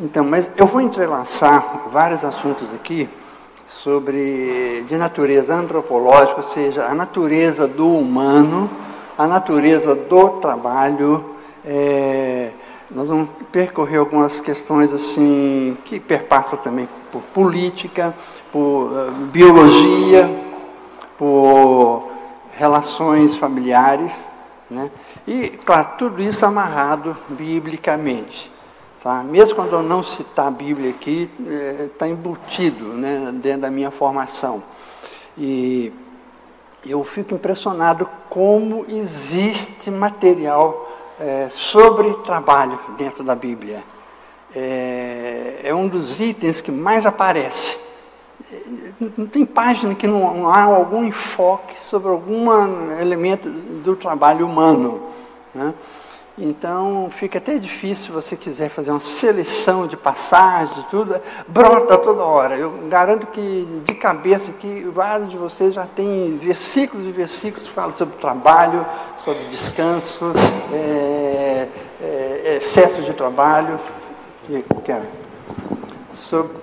Então, mas eu vou entrelaçar vários assuntos aqui de natureza antropológica, ou seja, a natureza do humano, a natureza do trabalho. Nós vamos percorrer algumas questões assim que perpassam também por política, por biologia, por relações familiares, né? E, claro, tudo isso amarrado biblicamente. Tá? Mesmo quando eu não citar a Bíblia aqui, está embutido, né, dentro da minha formação. E eu fico impressionado como existe material sobre trabalho dentro da Bíblia. É um dos itens que mais aparece. Não tem página que não há algum enfoque sobre algum elemento do trabalho humano, né? Então, fica até difícil, se você quiser fazer uma seleção de passagens, tudo, brota toda hora. Eu garanto que, de cabeça aqui, vários de vocês já têm versículos e versículos que falam sobre trabalho, sobre descanso, excesso de trabalho, sobre...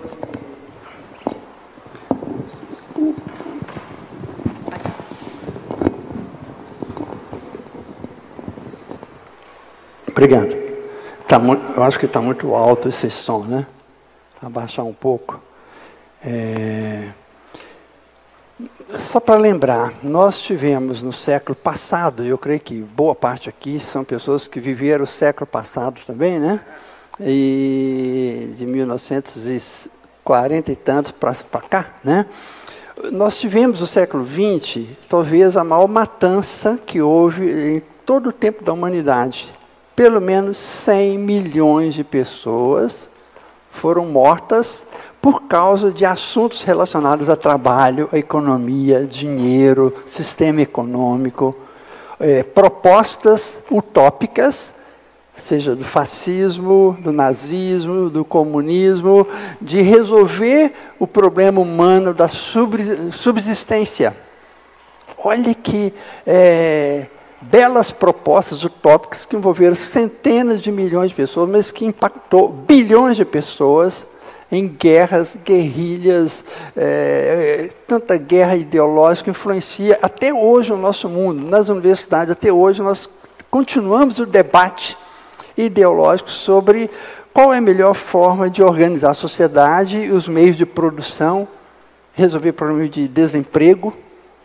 Obrigado. Eu acho que está muito alto esse som, né? Abaixar um pouco. Só para lembrar, nós tivemos no século passado, eu creio que boa parte aqui são pessoas que viveram o século passado também, né? E de 1940 e tantos para cá, né? Nós tivemos no século XX, talvez a maior matança que houve em todo o tempo da humanidade. Pelo menos 100 milhões de pessoas foram mortas por causa de assuntos relacionados a trabalho, a economia, dinheiro, sistema econômico, propostas utópicas, seja do fascismo, do nazismo, do comunismo, de resolver o problema humano da subsistência. Olha que... belas propostas utópicas que envolveram centenas de milhões de pessoas, mas que impactou bilhões de pessoas em guerras, guerrilhas, tanta guerra ideológica influencia até hoje o nosso mundo. Nas universidades, até hoje, nós continuamos o debate ideológico sobre qual é a melhor forma de organizar a sociedade e os meios de produção, resolver problemas de desemprego,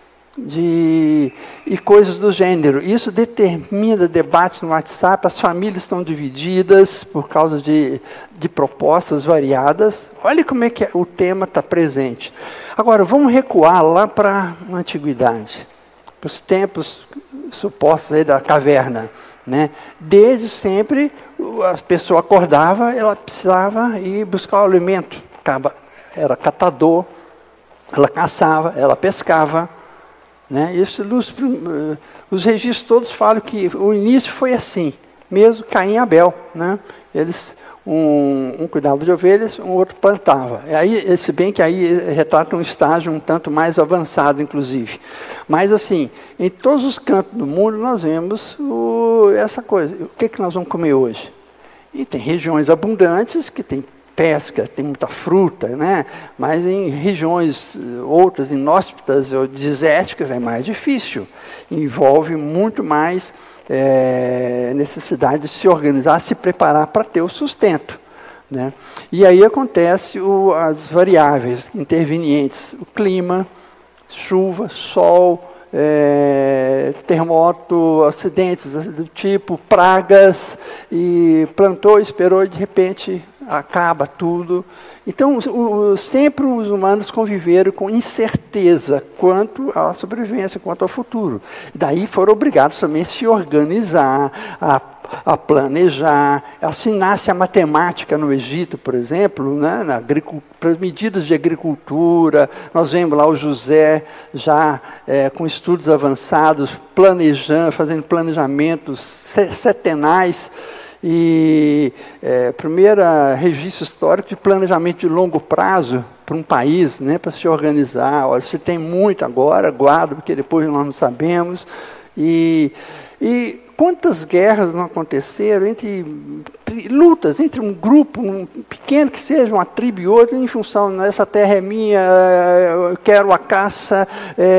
e coisas do gênero. Isso determina debates no WhatsApp, as famílias estão divididas por causa de propostas variadas. Olha como é que o tema está presente. Agora, vamos recuar lá para a antiguidade, para os tempos supostos aí da caverna, né? Desde sempre, a pessoa acordava, ela precisava ir buscar o alimento. Era catador, ela caçava, ela pescava, né? Isso, os registros todos falam que o início foi assim, mesmo Caim e Abel, né? Eles, um cuidava de ovelhas, um outro plantava. Aí, se bem que aí retrata um estágio um tanto mais avançado, inclusive. Mas, assim, em todos os cantos do mundo nós vemos essa coisa. O que nós vamos comer hoje? E tem regiões abundantes que tem pesca, tem muita fruta, né? Mas em regiões outras, inóspitas ou desérticas, é mais difícil. Envolve muito mais necessidade de se organizar, se preparar para ter o sustento, né? E aí acontece as variáveis intervenientes, o clima, chuva, sol, terremoto, acidentes do tipo, pragas, e plantou, esperou e de repente acaba tudo. Então, sempre os humanos conviveram com incerteza quanto à sobrevivência, quanto ao futuro. Daí foram obrigados também a se organizar, a planejar, assinar-se a matemática no Egito, por exemplo, né, para as medidas de agricultura. Nós vemos lá o José já com estudos avançados, fazendo planejamentos setenais. E primeiro registro histórico de planejamento de longo prazo para um país, né, para se organizar. Olha, se tem muito agora, guarda, porque depois nós não sabemos. E quantas guerras não aconteceram entre lutas entre um grupo, um pequeno que seja, uma tribo e outra, em função, essa terra é minha, eu quero a caça.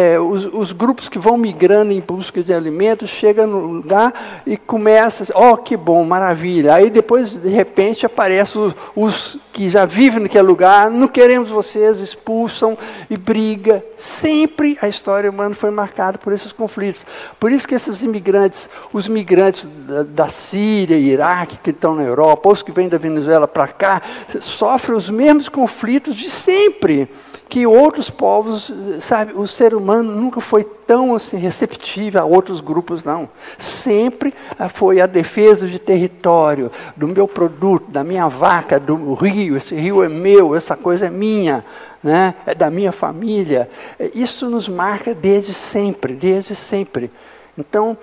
Os grupos que vão migrando em busca de alimentos, chegam no lugar e começa, que bom, maravilha. Aí depois, de repente, aparecem os que já vivem naquele lugar, não queremos vocês, expulsam e briga. Sempre a história humana foi marcada por esses conflitos. Por isso que esses imigrantes, os migrantes da Síria, Iraque, que estão na Europa, ou os que vêm da Venezuela para cá, sofrem os mesmos conflitos de sempre, que outros povos, sabe, o ser humano nunca foi tão assim, receptivo a outros grupos, não. Sempre foi a defesa de território, do meu produto, da minha vaca, do rio, esse rio é meu, essa coisa é minha, né? É da minha família. Isso nos marca desde sempre, desde sempre. Então,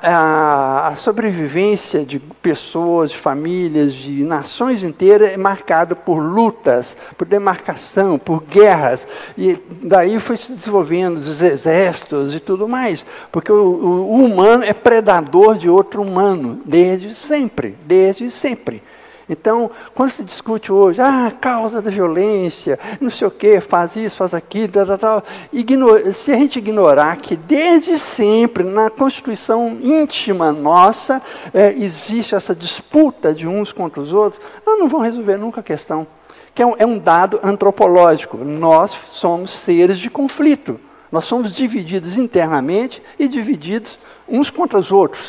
a sobrevivência de pessoas, de famílias, de nações inteiras é marcada por lutas, por demarcação, por guerras. E daí foi se desenvolvendo os exércitos e tudo mais. Porque o humano é predador de outro humano, desde sempre, desde sempre. Então, quando se discute hoje, causa da violência, não sei o quê, faz isso, faz aquilo, tal, se a gente ignorar que desde sempre, na constituição íntima nossa, existe essa disputa de uns contra os outros, nós não vamos resolver nunca a questão. Que é um dado antropológico. Nós somos seres de conflito. Nós somos divididos internamente e divididos uns contra os outros.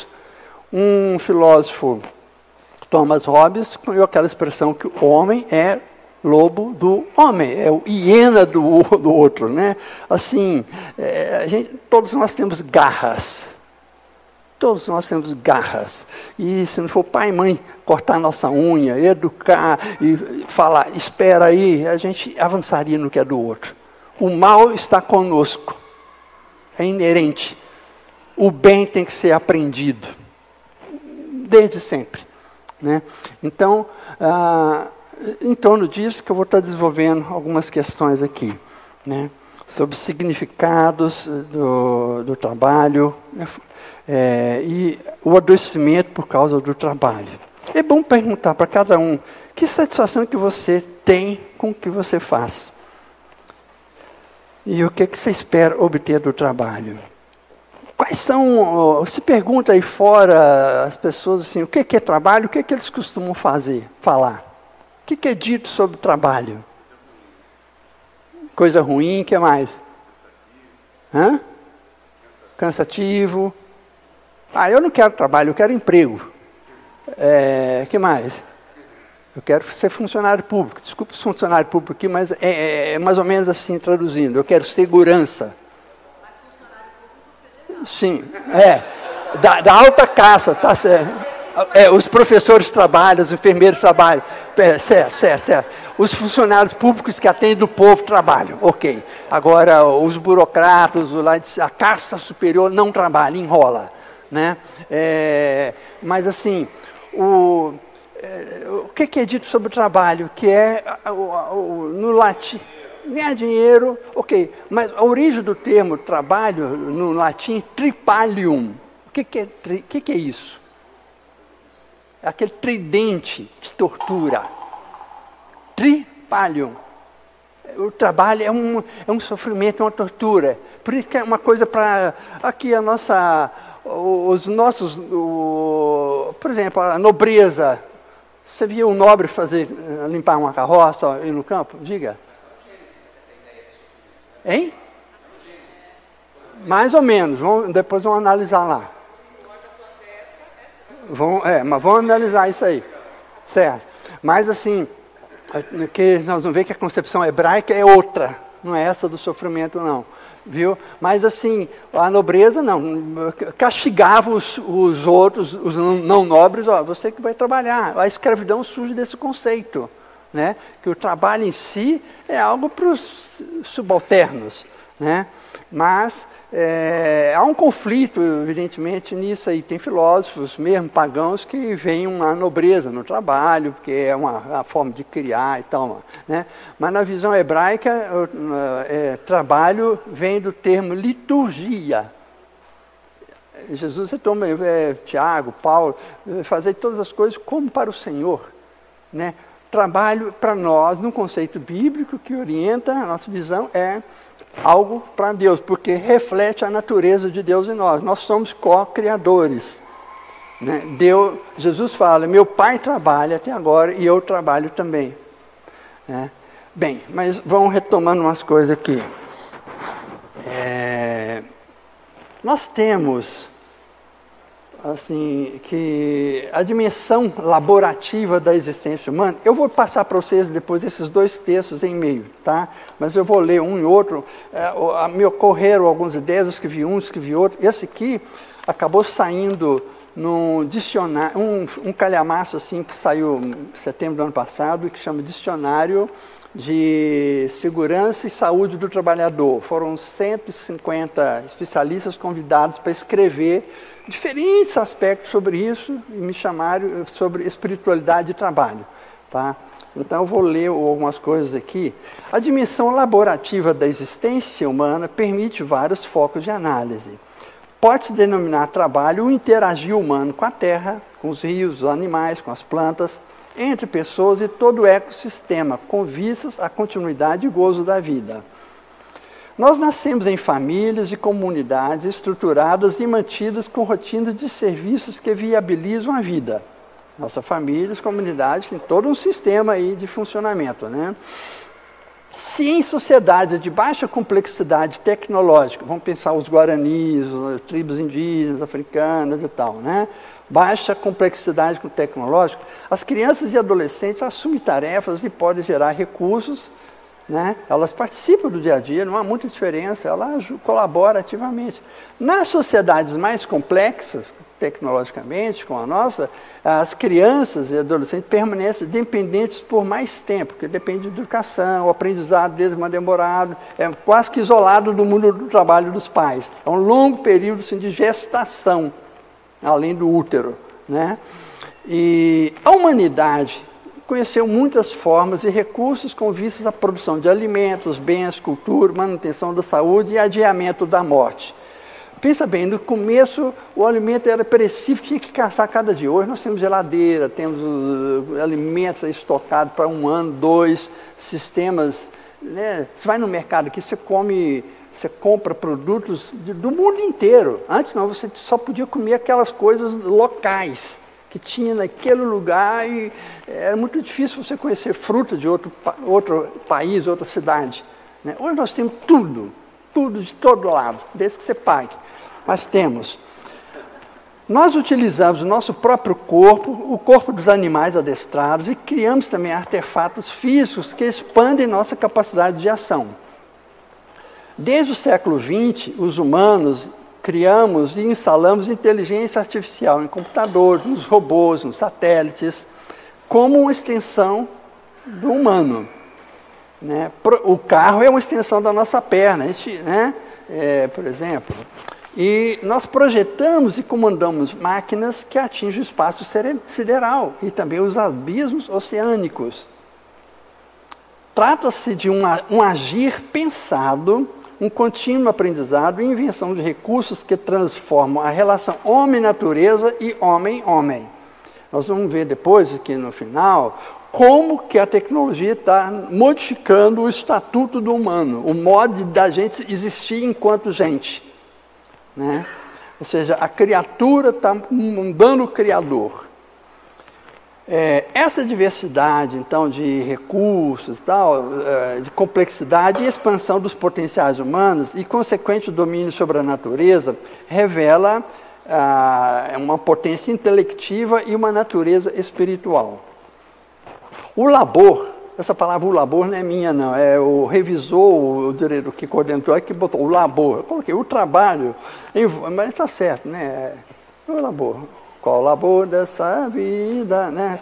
Um filósofo, Thomas Hobbes, criou aquela expressão que o homem é lobo do homem, é o hiena do outro, né? Assim, todos nós temos garras. Todos nós temos garras. E se não for pai e mãe cortar nossa unha, educar e falar, espera aí, a gente avançaria no que é do outro. O mal está conosco. É inerente. O bem tem que ser aprendido. Desde sempre. Né? Então, em torno disso que eu vou estar desenvolvendo algumas questões aqui, né? Sobre significados do trabalho e o adoecimento por causa do trabalho. É bom perguntar para cada um, que satisfação que você tem com o que você faz? E o que você espera obter do trabalho? Quais são, se pergunta aí fora, as pessoas assim, o que é trabalho, o que eles costumam falar? O que é dito sobre trabalho? Coisa ruim, o que mais? Cansativo. Eu não quero trabalho, eu quero emprego. O que mais? Eu quero ser funcionário público. Desculpa os funcionários públicos aqui, mas é mais ou menos assim traduzindo. Eu quero segurança. Sim, da alta caça, tá certo. Os professores trabalham, os enfermeiros trabalham, certo. Os funcionários públicos que atendem o povo trabalham, ok. Agora, os burocratas, a casta superior não trabalha, enrola. Né? Mas assim, o que é dito sobre o trabalho? Que é, no latim, ganhar dinheiro, ok. Mas a origem do termo trabalho, no latim, tripalium. O que é isso? É aquele tridente que tortura. Tripalium. O trabalho é um sofrimento, é uma tortura. Por isso que é uma coisa para... Aqui a nossa... por exemplo, a nobreza. Você via um nobre limpar uma carroça ir no campo? Diga. Hein? Mais ou menos. Depois vamos analisar lá. Mas vamos analisar isso aí. Certo. Mas assim, que nós vamos ver que a concepção hebraica é outra. Não é essa do sofrimento, não. Viu? Mas assim, a nobreza não. Castigava os outros, os não nobres, você que vai trabalhar. A escravidão surge desse conceito. Né? Que o trabalho em si é algo para os subalternos. Né? Mas há um conflito, evidentemente, nisso aí. Tem filósofos, mesmo pagãos, que veem uma nobreza no trabalho, porque é uma forma de criar e tal. Né? Mas na visão hebraica, trabalho vem do termo liturgia. Jesus retoma Tiago, Paulo, fazer todas as coisas como para o Senhor, né? Trabalho para nós, num conceito bíblico que orienta a nossa visão, é algo para Deus, porque reflete a natureza de Deus em nós. Nós somos co-criadores, né? Jesus fala, meu Pai trabalha até agora e eu trabalho também, né? Bem, mas vamos retomando umas coisas aqui. Nós temos, assim, que a dimensão laborativa da existência humana, eu vou passar para vocês depois esses dois textos em meio, tá? Mas eu vou ler um e outro, me ocorreram algumas ideias, escrevi um, escrevi outro. Esse aqui acabou saindo num dicionário, um calhamaço assim, que saiu em setembro do ano passado, que chama Dicionário de Segurança e Saúde do Trabalhador. Foram 150 especialistas convidados para escrever diferentes aspectos sobre isso e me chamaram sobre espiritualidade de trabalho, tá? Então eu vou ler algumas coisas aqui. A dimensão laborativa da existência humana permite vários focos de análise. Pode-se denominar trabalho o interagir humano com a terra, com os rios, os animais, com as plantas, entre pessoas e todo o ecossistema, com vistas à continuidade e gozo da vida. Nós nascemos em famílias e comunidades estruturadas e mantidas com rotinas de serviços que viabilizam a vida. Nossa família, as comunidades, tem todo um sistema aí de funcionamento, né? Se em sociedades de baixa complexidade tecnológica, vamos pensar os guaranis, as tribos indígenas, africanas e tal, né? Baixa complexidade tecnológica, as crianças e adolescentes assumem tarefas e podem gerar recursos, né? Elas participam do dia a dia, não há muita diferença, elas colaboram ativamente. Nas sociedades mais complexas, tecnologicamente, como a nossa, as crianças e adolescentes permanecem dependentes por mais tempo, porque depende de educação, o aprendizado deles é mais demorado, é quase que isolado do mundo do trabalho dos pais. É um longo período assim, de gestação, além do útero, né? E a humanidade conheceu muitas formas e recursos com vistas à produção de alimentos, bens, cultura, manutenção da saúde e adiamento da morte. Pensa bem, no começo o alimento era perecível, tinha que caçar cada dia. Hoje nós temos geladeira, temos alimentos estocados para 1 ano, 2, sistemas, né? Você vai no mercado aqui, você compra produtos do mundo inteiro. Antes não, você só podia comer aquelas coisas locais que tinha naquele lugar e era muito difícil você conhecer fruta de outro país, outra cidade, né? Hoje nós temos tudo de todo lado, desde que você pague. Mas nós utilizamos o nosso próprio corpo, o corpo dos animais adestrados e criamos também artefatos físicos que expandem nossa capacidade de ação. Desde o século XX, os humanos criamos e instalamos inteligência artificial em computadores, nos robôs, nos satélites, como uma extensão do humano, né? O carro é uma extensão da nossa perna, a gente, né? Por exemplo, e nós projetamos e comandamos máquinas que atingem o espaço sideral e também os abismos oceânicos. Trata-se de um agir pensado, um contínuo aprendizado e invenção de recursos que transformam a relação homem-natureza e homem-homem. Nós vamos ver depois, aqui no final, como que a tecnologia está modificando o estatuto do humano, o modo da gente existir enquanto gente, né? Ou seja, a criatura está mudando o Criador. Essa diversidade, então, de recursos, tal, de complexidade e expansão dos potenciais humanos e consequente domínio sobre a natureza, revela uma potência intelectiva e uma natureza espiritual. O labor, essa palavra o labor não é minha não, é o revisor, o diretor que coordenou, que botou o labor. Eu coloquei o trabalho, mas está certo, né? O labor. Qual o labor dessa vida, né?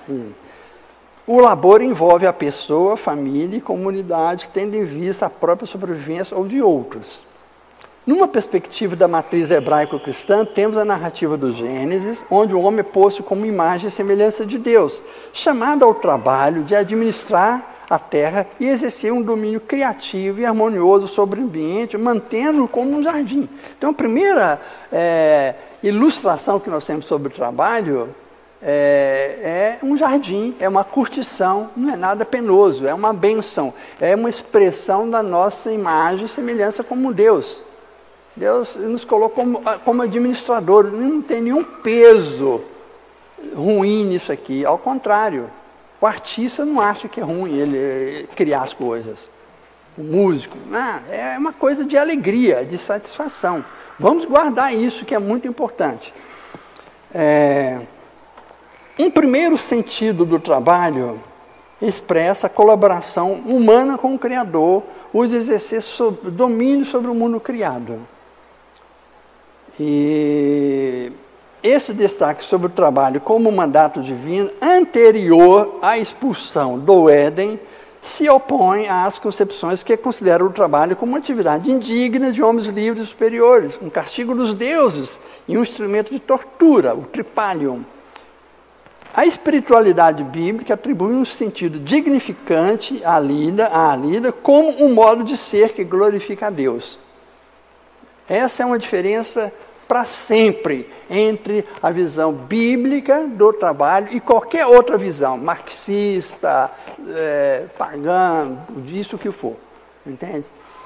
O labor envolve a pessoa, a família e comunidade, tendo em vista a própria sobrevivência ou de outros. Numa perspectiva da matriz hebraico-cristã, temos a narrativa do Gênesis, onde o homem é posto como imagem e semelhança de Deus, chamado ao trabalho de administrar a terra e exercer um domínio criativo e harmonioso sobre o ambiente, mantendo-o como um jardim. Então, a primeira ilustração que nós temos sobre o trabalho é um jardim, é uma curtição, não é nada penoso, é uma bênção, é uma expressão da nossa imagem e semelhança como Deus. Deus nos colocou como administrador, não tem nenhum peso ruim nisso aqui, ao contrário. O artista não acha que é ruim ele criar as coisas. O músico, é uma coisa de alegria, de satisfação. Vamos guardar isso, que é muito importante. Um primeiro sentido do trabalho expressa a colaboração humana com o Criador, os exercer domínio sobre o mundo criado. E esse destaque sobre o trabalho como mandato divino anterior à expulsão do Éden se opõe às concepções que consideram o trabalho como uma atividade indigna de homens livres e superiores, um castigo dos deuses e um instrumento de tortura, o tripalium. A espiritualidade bíblica atribui um sentido dignificante à lida como um modo de ser que glorifica a Deus. Essa é uma diferença para sempre entre a visão bíblica do trabalho e qualquer outra visão, marxista, pagã, disso que for. Entende?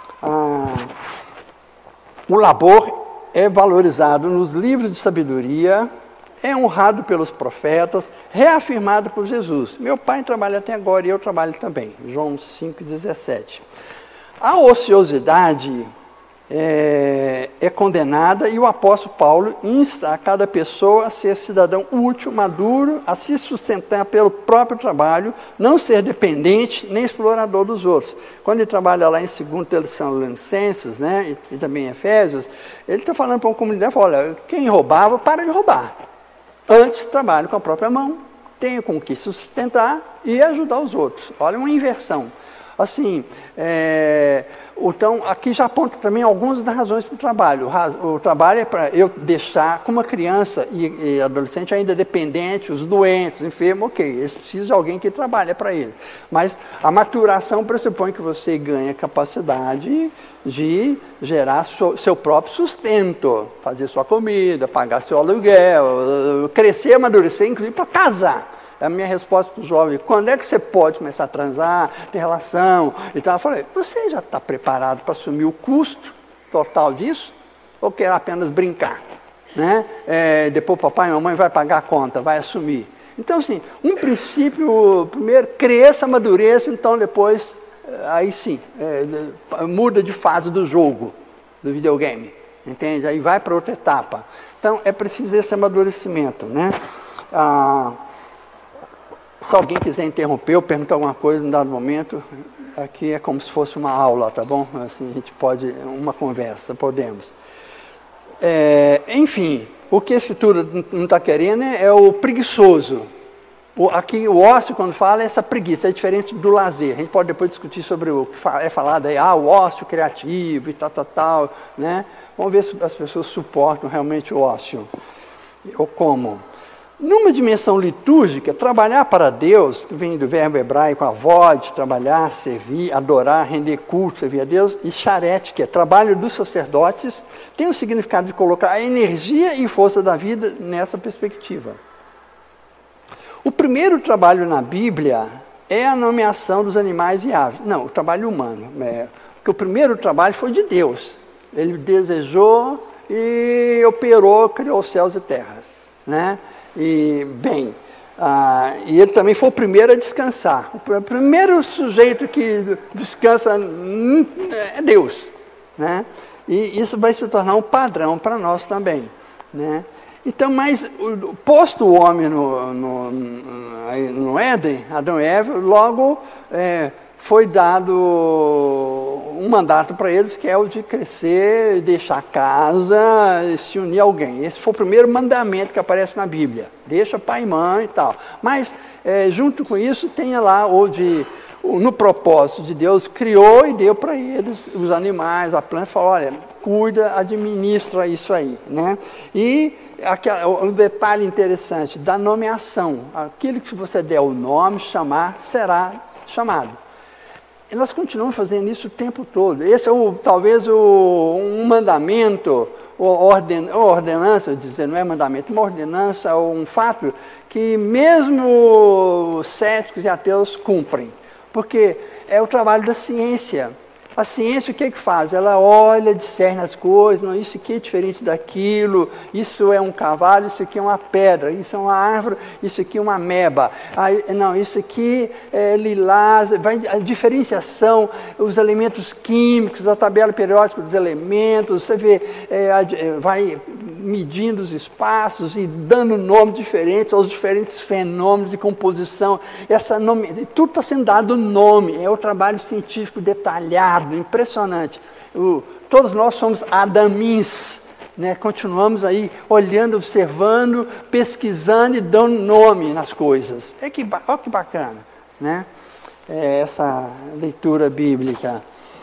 O labor é valorizado nos livros de sabedoria, é honrado pelos profetas, reafirmado por Jesus. Meu pai trabalha até agora e eu trabalho também. João 5,17. A ociosidade é condenada e o apóstolo Paulo insta a cada pessoa a ser cidadão útil, maduro, a se sustentar pelo próprio trabalho, não ser dependente nem explorador dos outros. Quando ele trabalha lá em 2 Tessalonicenses, né, e também em Efésios, ele está falando para uma comunidade, olha, quem roubava, para de roubar. Antes, trabalhe com a própria mão, tenha com que sustentar e ajudar os outros. Olha, uma inversão. Assim, então, aqui já aponta também algumas das razões para o trabalho. O trabalho é para eu deixar, como a criança e adolescente ainda dependente, os doentes, os enfermos, ok, eles precisam de alguém que trabalhe para ele. Mas a maturação pressupõe que você ganha capacidade de gerar seu próprio sustento, fazer sua comida, pagar seu aluguel, crescer, amadurecer, inclusive para casar. A minha resposta para o jovem, quando é que você pode começar a transar, ter relação? Então eu falei, você já está preparado para assumir o custo total disso? Ou quer apenas brincar? Né? Depois o papai e a mamãe vai pagar a conta, vai assumir. Então, assim, um princípio, primeiro, cresça, amadureça, então depois, aí sim, muda de fase do jogo, do videogame. Entende? Aí vai para outra etapa. Então, é preciso esse amadurecimento, né? Se alguém quiser interromper ou perguntar alguma coisa em dado momento, aqui é como se fosse uma aula, tá bom? Assim, a gente pode, uma conversa, podemos. Enfim, o que a Escritura não está querendo é o preguiçoso. Aqui o ócio, quando fala, é essa preguiça, é diferente do lazer. A gente pode depois discutir sobre o que é falado aí, o ócio criativo e tal, né? Vamos ver se as pessoas suportam realmente o ócio. Ou como? Numa dimensão litúrgica, trabalhar para Deus, que vem do verbo hebraico avod, trabalhar, servir, adorar, render culto, servir a Deus, e charete, que é trabalho dos sacerdotes, tem o significado de colocar a energia e força da vida nessa perspectiva. O primeiro trabalho na Bíblia é a nomeação dos animais e aves. Não, o trabalho humano. Porque o primeiro trabalho foi de Deus. Ele desejou e operou, criou os céus e terra. Né? E ele também foi o primeiro a descansar. O primeiro sujeito que descansa é Deus, né? E isso vai se tornar um padrão para nós também, né? Então, mas posto o homem no Éden, Adão e Eva, logo foi dado um mandato para eles, que é o de crescer, deixar a casa, se unir a alguém. Esse foi o primeiro mandamento que aparece na Bíblia. Deixa pai e mãe e tal. Mas, junto com isso, tem lá no propósito de Deus, criou e deu para eles os animais, a planta, falou, olha, cuida, administra isso aí. Né? E um detalhe interessante, da nomeação. Aquilo que você der o nome, chamar, será chamado. E nós continuamos fazendo isso o tempo todo. Esse é talvez um mandamento, ordenança, dizer, não é mandamento, uma ordenança ou um fato que mesmo céticos e ateus cumprem. Porque é o trabalho da ciência. A ciência o que faz? Ela olha, discerne as coisas, não, isso aqui é diferente daquilo, isso é um cavalo, isso aqui é uma pedra, isso é uma árvore, isso aqui é uma ameba. Não, isso aqui é lilás, a diferenciação, os elementos químicos, a tabela periódica dos elementos, você vê, vai medindo os espaços e dando nomes diferentes aos diferentes fenômenos de composição. Tudo está sendo dado nome, é o trabalho científico detalhado, impressionante. Todos nós somos adamins, né? Continuamos aí olhando, observando, pesquisando e dando nome nas coisas. Olha que bacana, né? Essa leitura bíblica.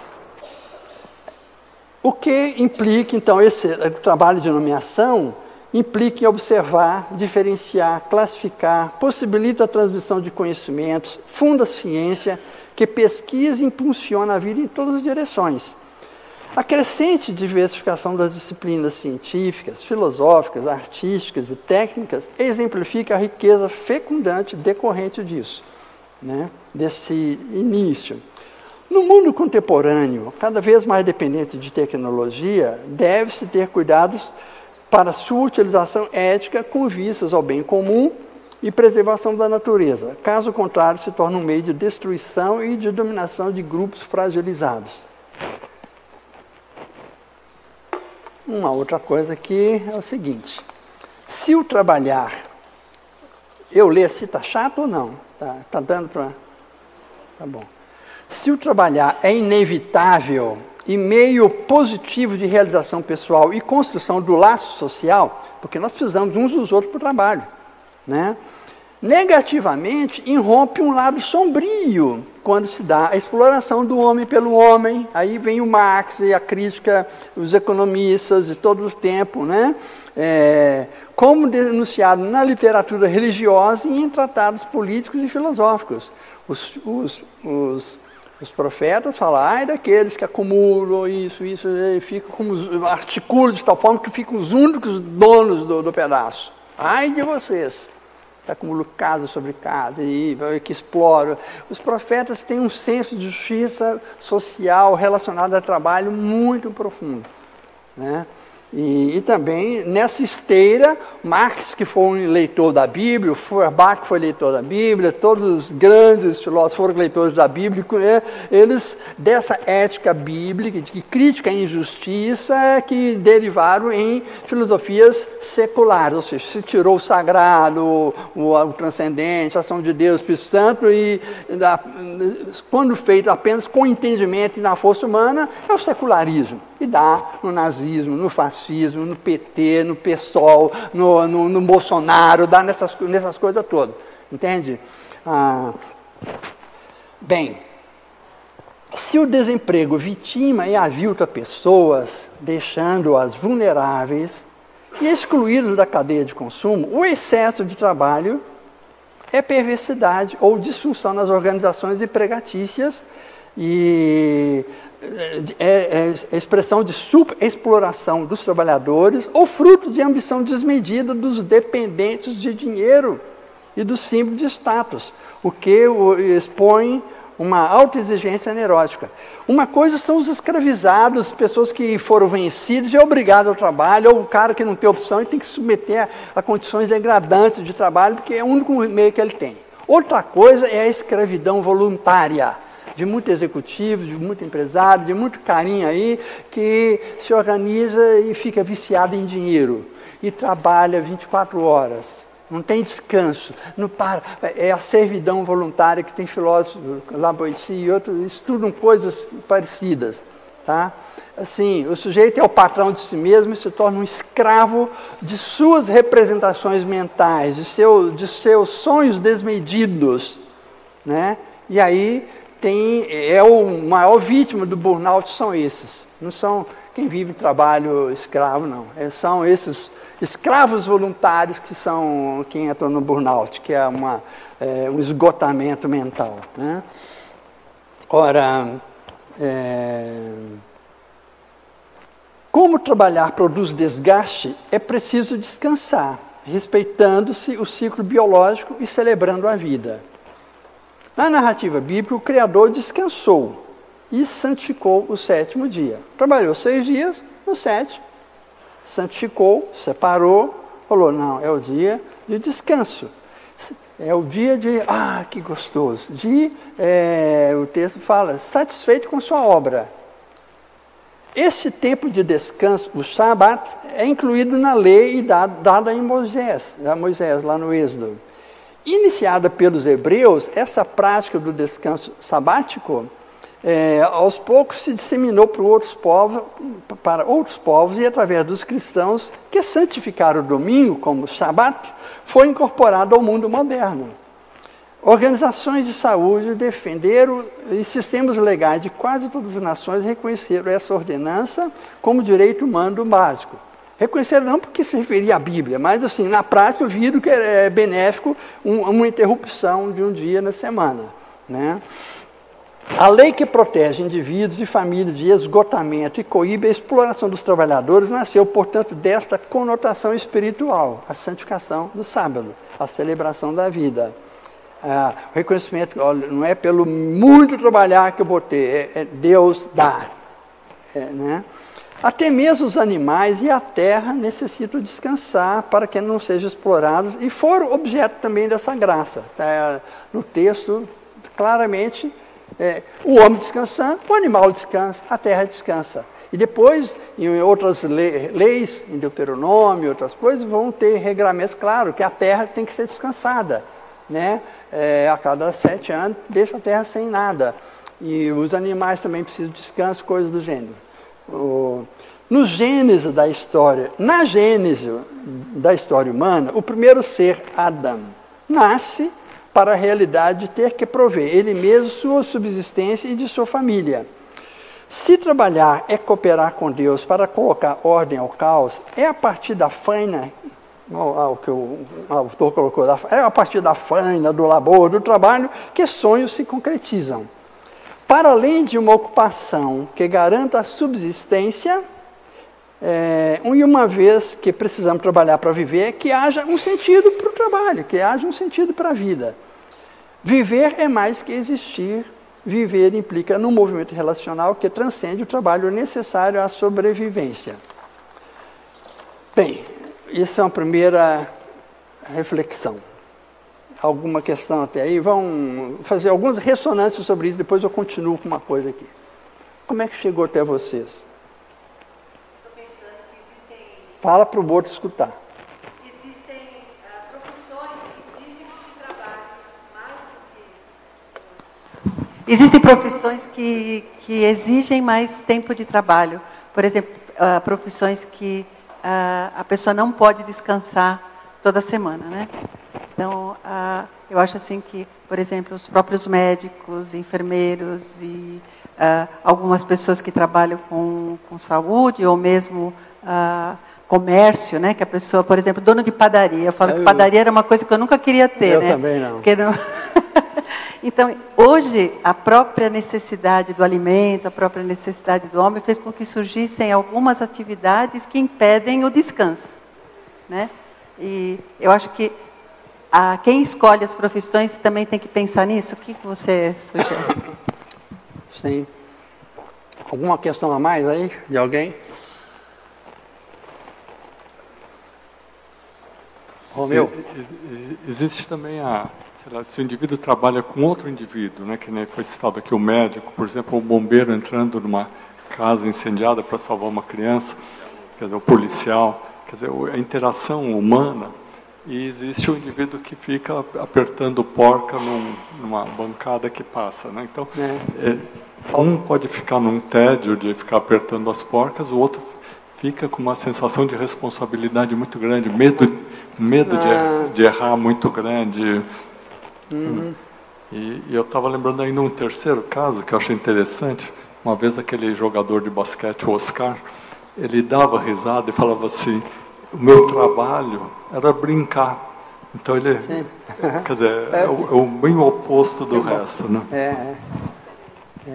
O que implica, então, esse trabalho de nomeação, implica em observar, diferenciar, classificar, possibilita a transmissão de conhecimentos, funda a ciência, que pesquisa e impulsiona a vida em todas as direções. A crescente diversificação das disciplinas científicas, filosóficas, artísticas e técnicas exemplifica a riqueza fecundante decorrente disso, né? Desse início. No mundo contemporâneo, cada vez mais dependente de tecnologia, deve-se ter cuidados para sua utilização ética com vistas ao bem comum e preservação da natureza. Caso contrário, se torna um meio de destruição e de dominação de grupos fragilizados. Uma outra coisa aqui é o seguinte: se o trabalhar, eu ler assim, está chato ou não? Tá dando para... Tá bom. Se o trabalhar é inevitável e meio positivo de realização pessoal e construção do laço social, porque nós precisamos uns dos outros para o trabalho, né? Negativamente, irrompe um lado sombrio quando se dá a exploração do homem pelo homem. Aí vem o Marx e a crítica, os economistas de todo o tempo, né? Como denunciado na literatura religiosa e em tratados políticos e filosóficos. Os profetas falam, ai daqueles que acumulam isso, e ficam como articulam de tal forma que ficam os únicos donos do pedaço. Ai de vocês, que acumulam casa sobre casa e que exploram. Os profetas têm um senso de justiça social relacionado ao trabalho muito profundo, né? E também nessa esteira, Marx, que foi um leitor da Bíblia, Feuerbach foi leitor da Bíblia, todos os grandes filósofos foram leitores da Bíblia, eles, dessa ética bíblica, de crítica à injustiça, que derivaram em filosofias seculares, ou seja, se tirou o sagrado, o transcendente, a ação de Deus, o Espírito Santo, e quando feito apenas com entendimento e na força humana, é o secularismo. E dá no nazismo, no fascismo, no PT, no PSOL, no Bolsonaro, dá nessas coisas todas. Entende? Bem, se o desemprego vitima e avilta pessoas, deixando-as vulneráveis e excluídas da cadeia de consumo, o excesso de trabalho é perversidade ou disfunção nas organizações empregatícias e é expressão de superexploração dos trabalhadores ou fruto de ambição desmedida dos dependentes de dinheiro e do símbolo de status, o que expõe uma autoexigência neurótica. Uma coisa são os escravizados, pessoas que foram vencidas e obrigadas ao trabalho, ou o cara que não tem opção e tem que se submeter a condições degradantes de trabalho, porque é o único meio que ele tem. Outra coisa é a escravidão voluntária, de muito executivo, de muito empresário, de muito carinha aí, que se organiza e fica viciado em dinheiro, e trabalha 24 horas. Não tem descanso, não para. É a servidão voluntária que tem filósofos, Lavoisier e outros, estudam coisas parecidas. Tá? Assim, o sujeito é o patrão de si mesmo e se torna um escravo de suas representações mentais, de seus sonhos desmedidos. Né? E aí, o maior vítima do burnout são esses. Não são quem vive trabalho escravo, não. São esses escravos voluntários que são quem entra no burnout, que é um esgotamento mental. Né? Ora, como trabalhar produz desgaste, é preciso descansar, respeitando-se o ciclo biológico e celebrando a vida. Na narrativa bíblica, o Criador descansou e santificou o sétimo dia. Trabalhou 6 dias, no 7, santificou, separou, falou, não, é o dia de descanso. É o dia de, que gostoso, o texto fala, satisfeito com sua obra. Esse tempo de descanso, o Shabat, é incluído na lei dada em Moisés, lá no Êxodo. Iniciada pelos hebreus, essa prática do descanso sabático, aos poucos se disseminou para outros povos e através dos cristãos que santificaram o domingo como Shabat, foi incorporado ao mundo moderno. Organizações de saúde defenderam e sistemas legais de quase todas as nações reconheceram essa ordenança como direito humano básico. Reconheceram não porque se referia à Bíblia, mas assim, na prática viram que é benéfico uma interrupção de um dia na semana, né? A lei que protege indivíduos e famílias de esgotamento e coíbe a exploração dos trabalhadores nasceu, portanto, desta conotação espiritual, a santificação do sábado, a celebração da vida. O reconhecimento, olha, não é pelo muito trabalhar que eu vou ter, Deus dá. Né? Até mesmo os animais e a terra necessitam descansar para que não sejam explorados e foram objeto também dessa graça. No texto, claramente, o homem descansando, o animal descansa, a terra descansa. E depois, em outras leis, em Deuteronômio e outras coisas, vão ter regramentos, claro, que a terra tem que ser descansada. Né? A cada 7 anos, deixa a terra sem nada. E os animais também precisam de descanso, coisas do gênero. No Gênesis da história, na Gênesis da história humana, o primeiro ser, Adão, nasce para a realidade de ter que prover ele mesmo sua subsistência e de sua família. Se trabalhar é cooperar com Deus para colocar ordem ao caos, é a partir da faina, o que o autor colocou, é a partir da faina, do labor, do trabalho, que sonhos se concretizam. Para além de uma ocupação que garanta a subsistência, e uma vez que precisamos trabalhar para viver, que haja um sentido para o trabalho, que haja um sentido para a vida. Viver é mais que existir. Viver implica num movimento relacional que transcende o trabalho necessário à sobrevivência. Bem, isso é uma primeira reflexão. Alguma questão até aí? Vamos fazer algumas ressonâncias sobre isso, depois eu continuo com uma coisa aqui. Como é que chegou até vocês? Fala para o outro escutar. Existem profissões que exigem que se trabalhe mais do que... Existem profissões que exigem mais tempo de trabalho. Por exemplo, profissões que a pessoa não pode descansar toda semana, né? Então, eu acho assim que, por exemplo, os próprios médicos, enfermeiros e algumas pessoas que trabalham com saúde ou mesmo... comércio, né? Que a pessoa, por exemplo, dono de padaria. Eu falo que padaria era uma coisa que eu nunca queria ter, né? Eu também não. Então, hoje, a própria necessidade do alimento, a própria necessidade do homem fez com que surgissem algumas atividades que impedem o descanso, né? E eu acho que quem escolhe as profissões também tem que pensar nisso. O que você sugere? Sim. Alguma questão a mais aí, de alguém? Romeu? Existe também se o indivíduo trabalha com outro indivíduo, né, que nem foi citado aqui o médico, por exemplo, o bombeiro entrando numa casa incendiada para salvar uma criança, quer dizer, o policial, quer dizer, a interação humana, e existe o indivíduo que fica apertando porca numa bancada que passa, né? Então, um pode ficar num tédio de ficar apertando as porcas, o outro fica com uma sensação de responsabilidade muito grande, medo de errar muito grande. Uhum. E eu estava lembrando ainda um terceiro caso que eu achei interessante. Uma vez aquele jogador de basquete, o Oscar, ele dava risada e falava assim: o meu trabalho era brincar. Então ele, quer dizer, é o bem oposto do resto, né?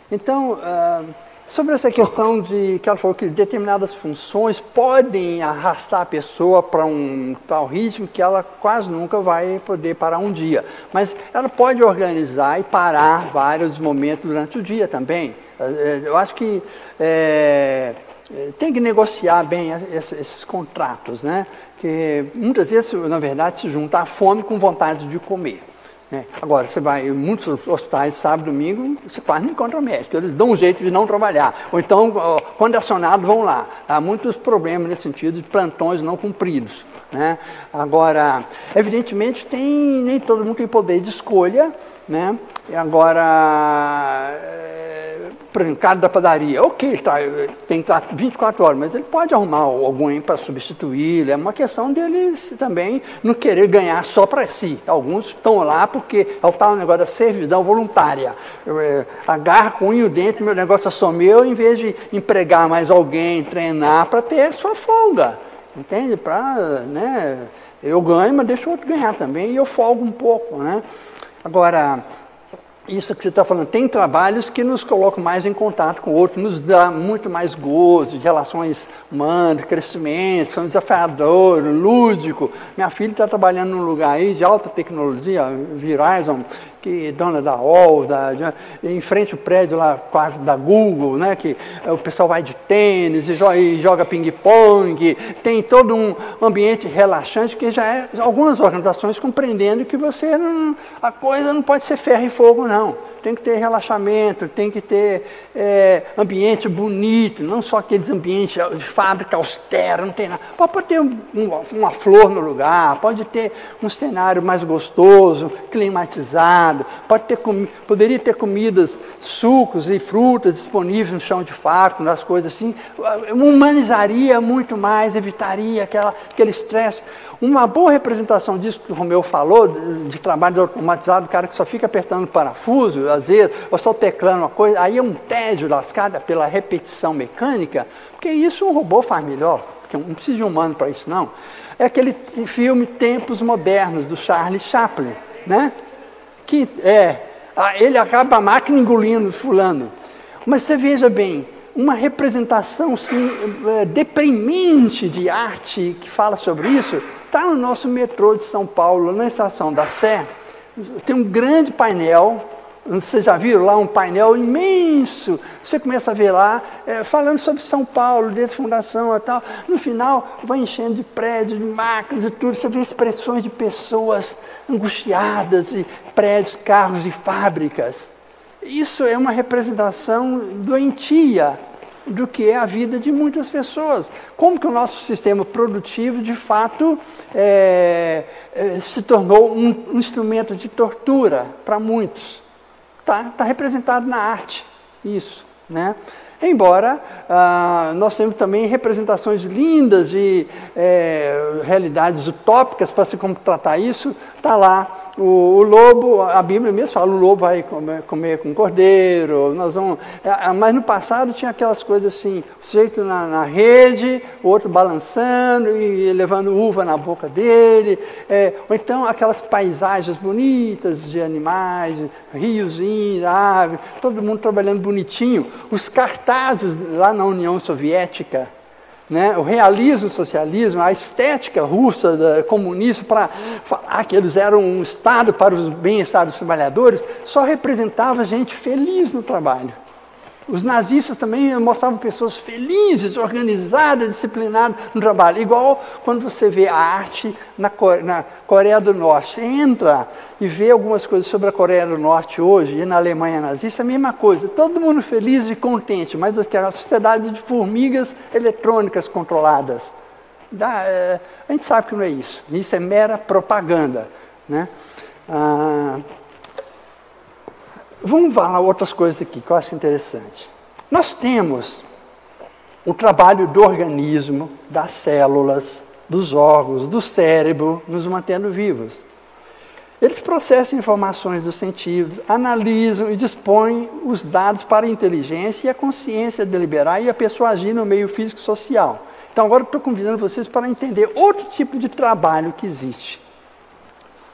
Então, sobre essa questão de que ela falou que determinadas funções podem arrastar a pessoa para um tal ritmo que ela quase nunca vai poder parar um dia. Mas ela pode organizar e parar vários momentos durante o dia também. Eu acho que tem que negociar bem esses contratos, né? Que muitas vezes, na verdade, se junta a fome com vontade de comer. Agora, você vai em muitos hospitais, sábado, domingo, você quase não encontra médico. Eles dão um jeito de não trabalhar. Ou então, quando acionado, vão lá. Há muitos problemas nesse sentido de plantões não cumpridos. Né? Agora, evidentemente, nem todo mundo tem poder de escolha. Né? E agora, por exemplo, o cara da padaria, ok, tem que estar 24 horas, mas ele pode arrumar alguém para substituir. É uma questão deles também não querer ganhar só para si. Alguns estão lá porque é o tal negócio da servidão voluntária. Agarra com unha e o dente, meu negócio é só meu, em vez de empregar mais alguém, treinar para ter sua folga. Entende? Eu ganho, mas deixo o outro ganhar também e eu folgo um pouco. Né? Agora, isso que você está falando, tem trabalhos que nos colocam mais em contato com o outro, nos dá muito mais gozo, de relações humanas, de crescimento, são desafiadores, lúdico. Minha filha está trabalhando num lugar aí de alta tecnologia, Verizon, que dona da OL, em frente ao prédio lá quase da Google, né, que o pessoal vai de tênis e joga ping-pong, tem todo um ambiente relaxante que já algumas organizações compreendendo que a coisa não pode ser ferro e fogo, não. Tem que ter relaxamento, tem que ter ambiente bonito, não só aqueles ambientes de fábrica austera, não tem nada. Pode ter uma flor no lugar, pode ter um cenário mais gostoso, climatizado, poderia ter comidas, sucos e frutas disponíveis no chão de fábrica, nas coisas assim. Humanizaria muito mais, evitaria aquele estresse. Uma boa representação disso que o Romeu falou, de trabalho automatizado, o cara que só fica apertando parafuso, às vezes, ou só teclando uma coisa, aí é um tédio lascado pela repetição mecânica, porque isso um robô faz melhor, porque não precisa de um humano para isso, não. É aquele filme Tempos Modernos, do Charlie Chaplin, né? Que ele acaba a máquina engolindo fulano. Mas você veja bem, uma representação assim, deprimente de arte que fala sobre isso, está no nosso metrô de São Paulo, na estação da Sé, tem um grande painel, vocês já viram lá um painel imenso, você começa a ver lá, falando sobre São Paulo, dentro da fundação e tal, no final vai enchendo de prédios, de máquinas e tudo, você vê expressões de pessoas angustiadas, de prédios, carros e fábricas. Isso é uma representação doentia do que é a vida de muitas pessoas. Como que o nosso sistema produtivo, de fato, se tornou um instrumento de tortura para muitos. Está representado na arte, isso. Né? Embora nós temos também representações lindas de realidades utópicas para se tratar isso, está lá. O lobo, a Bíblia mesmo fala, o lobo vai comer com cordeiro, mas no passado tinha aquelas coisas assim, o sujeito na rede, o outro balançando e levando uva na boca dele, ou então aquelas paisagens bonitas de animais, riozinhos, árvores, todo mundo trabalhando bonitinho, os cartazes lá na União Soviética, né? O realismo, o socialismo, a estética russa, comunista, para falar que eles eram um Estado para o bem-estar dos trabalhadores, só representava gente feliz no trabalho. Os nazistas também mostravam pessoas felizes, organizadas, disciplinadas no trabalho. Igual quando você vê a arte na Coreia do Norte. Você entra e vê algumas coisas sobre a Coreia do Norte hoje e na Alemanha nazista, a mesma coisa. Todo mundo feliz e contente, mas aquela sociedade de formigas eletrônicas controladas. A gente sabe que não é isso. Isso é mera propaganda. Né? Vamos falar outras coisas aqui que eu acho interessante. Nós temos o trabalho do organismo, das células, dos órgãos, do cérebro, nos mantendo vivos. Eles processam informações dos sentidos, analisam e dispõem os dados para a inteligência e a consciência deliberar e a pessoa agir no meio físico e social. Então agora eu estou convidando vocês para entender outro tipo de trabalho que existe.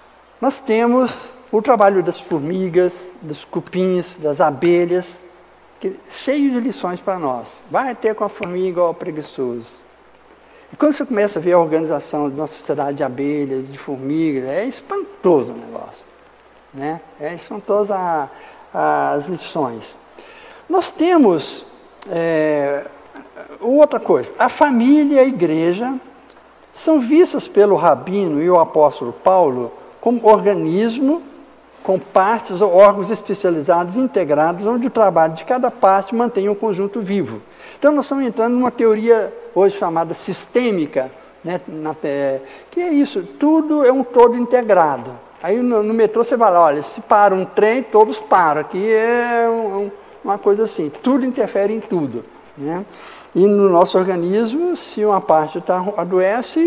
Nós temos o trabalho das formigas, dos cupins, das abelhas, cheio de lições para nós. Vai ter com a formiga igual ao preguiçoso. E quando você começa a ver a organização de uma sociedade de abelhas, de formigas, é espantoso o negócio. Né? É espantoso as lições. Nós temos outra coisa. A família e a igreja são vistas pelo Rabino e o apóstolo Paulo como organismo com partes ou órgãos especializados integrados, onde o trabalho de cada parte mantém um conjunto vivo. Então, nós estamos entrando numa teoria hoje chamada sistêmica, né, que é isso, tudo é um todo integrado. Aí no metrô você fala, olha, se para um trem, todos param. Aqui é uma coisa assim, tudo interfere em tudo. Né? E no nosso organismo, se uma parte adoece,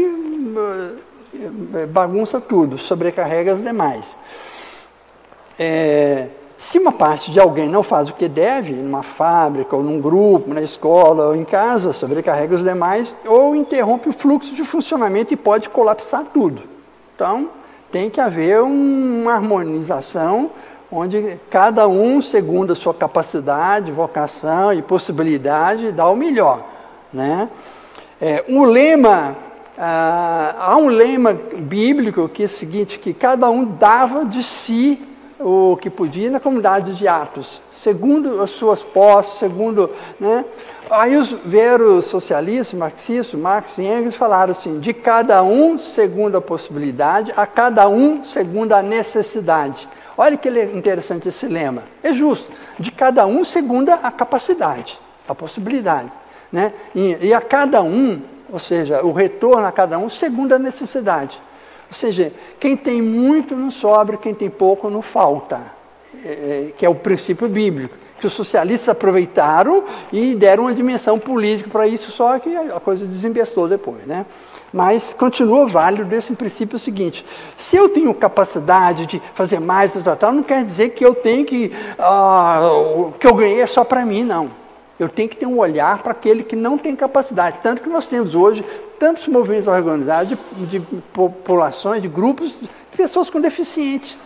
bagunça tudo, sobrecarrega as demais. Se uma parte de alguém não faz o que deve, numa fábrica, ou num grupo, na escola, ou em casa, sobrecarrega os demais, ou interrompe o fluxo de funcionamento e pode colapsar tudo. Então, tem que haver uma harmonização, onde cada um, segundo a sua capacidade, vocação e possibilidade, dá o melhor. Né? Há um lema bíblico que é o seguinte, que cada um dava de si o que podia na comunidade de Atos, segundo as suas posses, segundo... Né? Aí os veros socialistas, marxistas, Marx e Engels falaram assim, de cada um segundo a possibilidade, a cada um segundo a necessidade. Olha que interessante esse lema. É justo, de cada um segundo a capacidade, a possibilidade. Né? E a cada um, ou seja, o retorno a cada um segundo a necessidade. Ou seja, quem tem muito não sobra, quem tem pouco não falta. Que é o princípio bíblico. Que os socialistas aproveitaram e deram uma dimensão política para isso, só que a coisa desembestou depois. Né? Mas continua válido esse princípio seguinte. Se eu tenho capacidade de fazer mais, não quer dizer que eu tenho que o que eu ganhei é só para mim, não. Eu tenho que ter um olhar para aquele que não tem capacidade. Tanto que nós temos hoje tantos movimentos organizados de populações, de grupos, de pessoas com deficiência.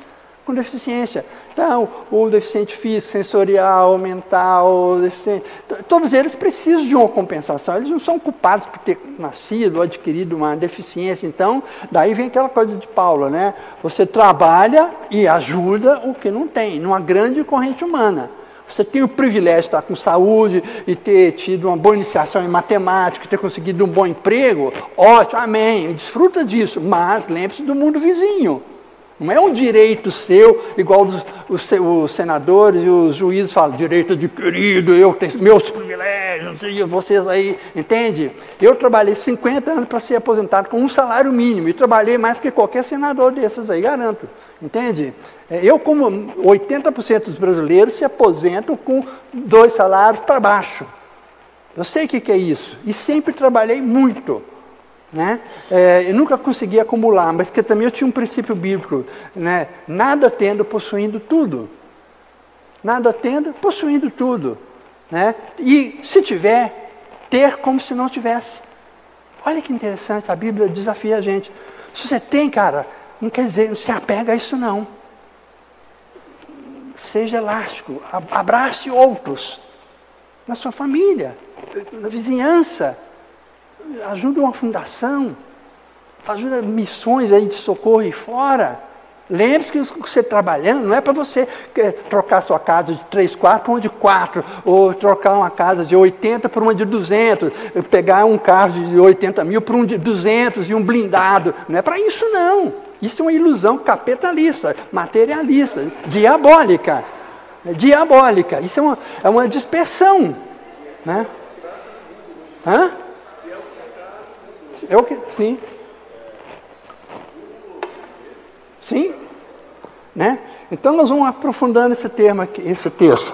Então, o deficiente físico, sensorial, mental, deficiente, todos eles precisam de uma compensação. Eles não são culpados por ter nascido ou adquirido uma deficiência. Então, daí vem aquela coisa de Paulo, né? Você trabalha e ajuda o que não tem, numa grande corrente humana. Você tem o privilégio de estar com saúde e ter tido uma boa iniciação em matemática, ter conseguido um bom emprego, ótimo, amém, desfruta disso, mas lembre-se do mundo vizinho. Não é um direito seu, igual os senadores e os juízes falam, direito adquirido, eu tenho meus privilégios, e vocês aí, entende? Eu trabalhei 50 anos para ser aposentado com um salário mínimo, e trabalhei mais que qualquer senador desses aí, garanto. Entende? Eu, como 80% dos brasileiros, se aposentam com 2 salários para baixo. Eu sei o que é isso. E sempre trabalhei muito. Né? Eu nunca consegui acumular, mas que também eu tinha um princípio bíblico. Né? Nada tendo, possuindo tudo. Nada tendo, possuindo tudo. Né? E se tiver, ter como se não tivesse. Olha que interessante, a Bíblia desafia a gente. Se você tem, cara... Não quer dizer, não se apega a isso não. Seja elástico, abrace outros. Na sua família, na vizinhança. Ajuda uma fundação. Ajuda missões aí de socorro aí fora. Lembre-se que você trabalhando não é para você trocar sua casa de 3 quartos por uma de 4, ou trocar uma casa de 80 por uma de 200, pegar um carro de 80 mil por um de 200 e um blindado. Não é para isso não. Isso é uma ilusão capitalista, materialista, diabólica. Diabólica. Isso é uma dispersão. Né? Hã? Sim. Sim? Né? Então nós vamos aprofundando esse termo aqui, esse texto.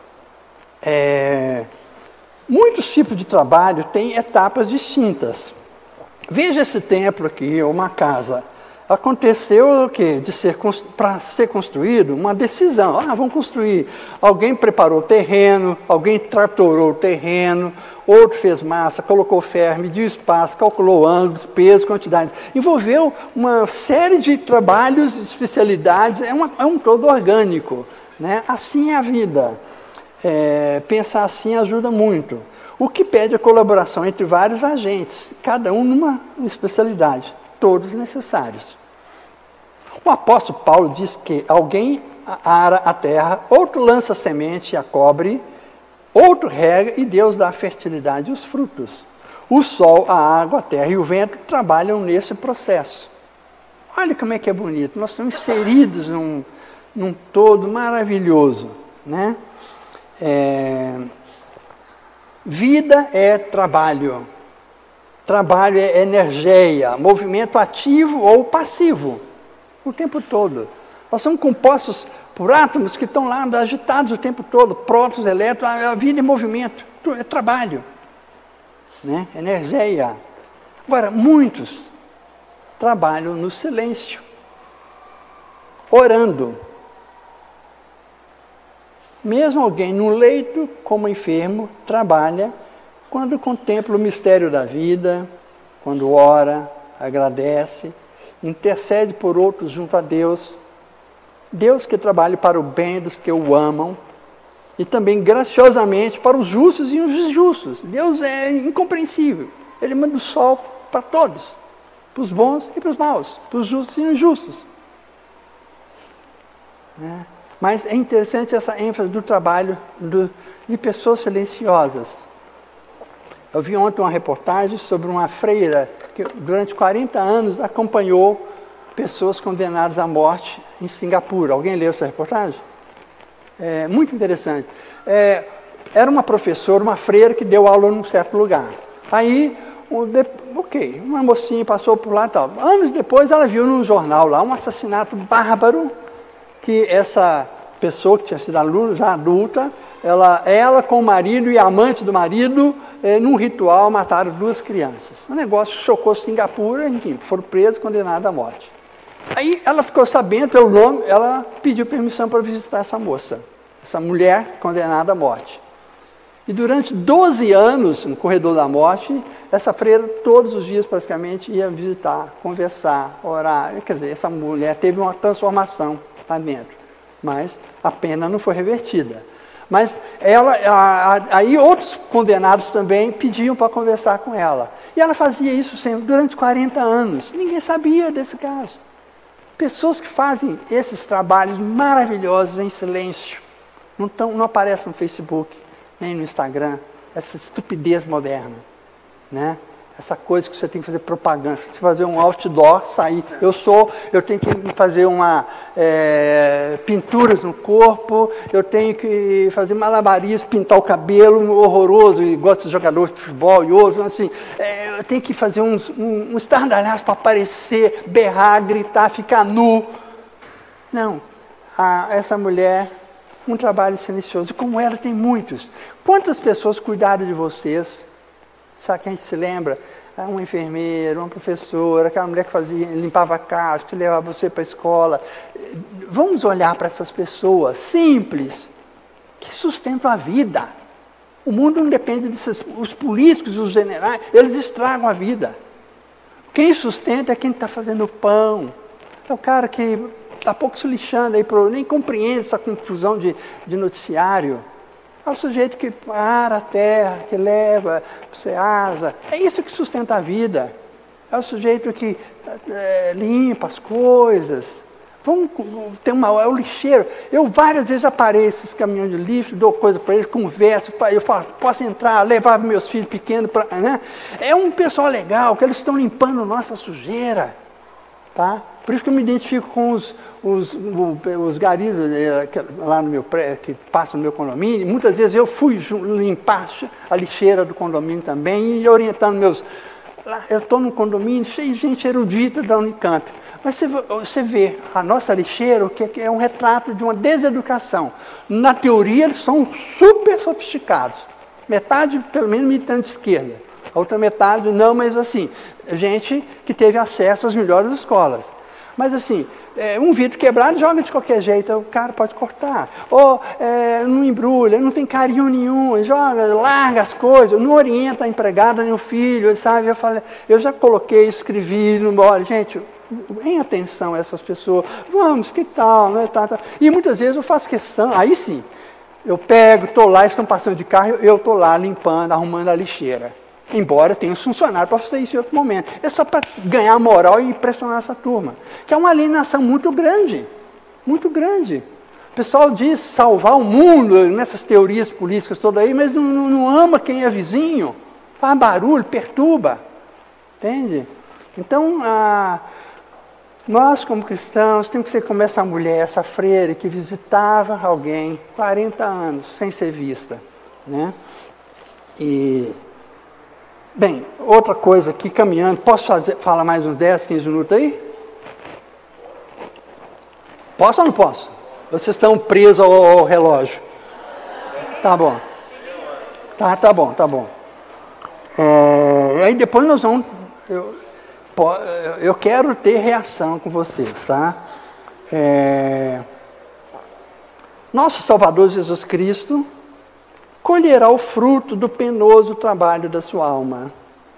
Muitos tipos de trabalho têm etapas distintas. Veja esse templo aqui, uma casa. Aconteceu o quê? Para ser construído, uma decisão. Vamos construir. Alguém preparou o terreno, alguém tratorou o terreno, outro fez massa, colocou ferro, mediu espaço, calculou ângulos, peso, quantidades. Envolveu uma série de trabalhos, especialidades, é um todo orgânico. Né? Assim é a vida. Pensar assim ajuda muito. O que pede a colaboração entre vários agentes, cada um numa especialidade, todos necessários. O apóstolo Paulo diz que alguém ara a terra, outro lança a semente e a cobre, outro rega e Deus dá a fertilidade e os frutos. O sol, a água, a terra e o vento trabalham nesse processo. Olha como é que é bonito. Nós estamos inseridos num todo maravilhoso, né? Vida é trabalho. Trabalho é energia, movimento ativo ou passivo, o tempo todo. Nós somos compostos por átomos que estão lá agitados o tempo todo, prótons, elétrons, a vida é movimento, é trabalho, né? Energia. Agora, muitos trabalham no silêncio, orando. Mesmo alguém no leito, como enfermo, trabalha quando contempla o mistério da vida, quando ora, agradece, intercede por outros junto a Deus. Deus que trabalha para o bem dos que o amam e também graciosamente para os justos e os injustos. Deus é incompreensível. Ele manda o sol para todos, para os bons e para os maus, para os justos e injustos. Mas é interessante essa ênfase do trabalho de pessoas silenciosas. Eu vi ontem uma reportagem sobre uma freira que durante 40 anos acompanhou pessoas condenadas à morte em Singapura. Alguém leu essa reportagem? É muito interessante. Era uma professora, uma freira que deu aula num certo lugar. Aí, uma mocinha passou por lá e tal. Anos depois ela viu num jornal lá um assassinato bárbaro, que essa pessoa que tinha sido aluna, já adulta, ela com o marido e a amante do marido, num ritual, mataram 2 crianças. O negócio chocou Singapura, enfim, foram presos e condenados à morte. Aí ela ficou sabendo pelo nome, ela pediu permissão para visitar essa moça, essa mulher condenada à morte. E durante 12 anos, no corredor da morte, essa freira todos os dias praticamente ia visitar, conversar, orar. Quer dizer, essa mulher teve uma transformação lá dentro, mas a pena não foi revertida. Mas aí outros condenados também pediam para conversar com ela. E ela fazia isso sempre, durante 40 anos. Ninguém sabia desse caso. Pessoas que fazem esses trabalhos maravilhosos em silêncio, não aparecem no Facebook, nem no Instagram, essa estupidez moderna, né? Essa coisa que você tem que fazer propaganda, você fazer um outdoor, sair. Eu tenho que fazer pinturas no corpo, eu tenho que fazer malabarismo, pintar o cabelo horroroso, igual esses jogadores de futebol e outros, assim. Eu tenho que fazer um estardalhaço para aparecer, berrar, gritar, ficar nu. Não, essa mulher, um trabalho silencioso, como ela tem muitos. Quantas pessoas cuidaram de vocês? Sabe que a gente se lembra? Uma enfermeira, uma professora, aquela mulher que limpava a casa, que levava você para a escola. Vamos olhar para essas pessoas simples, que sustentam a vida. O mundo não depende desses, os políticos, os generais, eles estragam a vida. Quem sustenta é quem está fazendo pão. É o cara que está pouco se lixando aí, nem compreende essa confusão de noticiário. É o sujeito que ara a terra, que leva, você asa. É isso que sustenta a vida. É o sujeito que limpa as coisas. É o lixeiro. Eu várias vezes já parei esses caminhões de lixo, dou coisa para eles, converso, eu falo, posso entrar, levar meus filhos pequenos para. Né? É um pessoal legal, que eles estão limpando nossa sujeira. Tá? Por isso que eu me identifico com os garis lá no meu prédio, que passam no meu condomínio. Muitas vezes eu fui limpar a lixeira do condomínio também e orientando meus. Eu estou num condomínio cheio de gente erudita da Unicamp. Mas você vê a nossa lixeira, que é um retrato de uma deseducação. Na teoria, eles são super sofisticados. Metade, pelo menos, militante de esquerda. A outra metade, não, mas assim, gente que teve acesso às melhores escolas. Mas assim, um vidro quebrado joga de qualquer jeito, o cara pode cortar. Ou não embrulha, não tem carinho nenhum, joga, larga as coisas, não orienta a empregada nem o filho, sabe? Eu já coloquei, escrevi, olha, gente, em atenção a essas pessoas, vamos, que tal, né? E muitas vezes eu faço questão, aí sim, Eu pego, estou lá, estão passando de carro, eu estou lá limpando, arrumando a lixeira. Embora tenha um funcionário para fazer isso em outro momento. É só para ganhar moral e impressionar essa turma. Que é uma alienação muito grande. Muito grande. O pessoal diz salvar o mundo nessas teorias políticas todas aí, mas não ama quem é vizinho. Faz barulho, perturba. Entende? Então, nós como cristãos temos que ser como essa mulher, essa freira que visitava alguém 40 anos sem ser vista. Né? E, bem, outra coisa aqui, caminhando, posso falar mais uns 10, 15 minutos aí? Posso ou não posso? Vocês estão presos ao relógio? Tá bom. Tá bom. Aí depois nós vamos... Eu quero ter reação com vocês, tá? Nosso Salvador Jesus Cristo colherá o fruto do penoso trabalho da sua alma.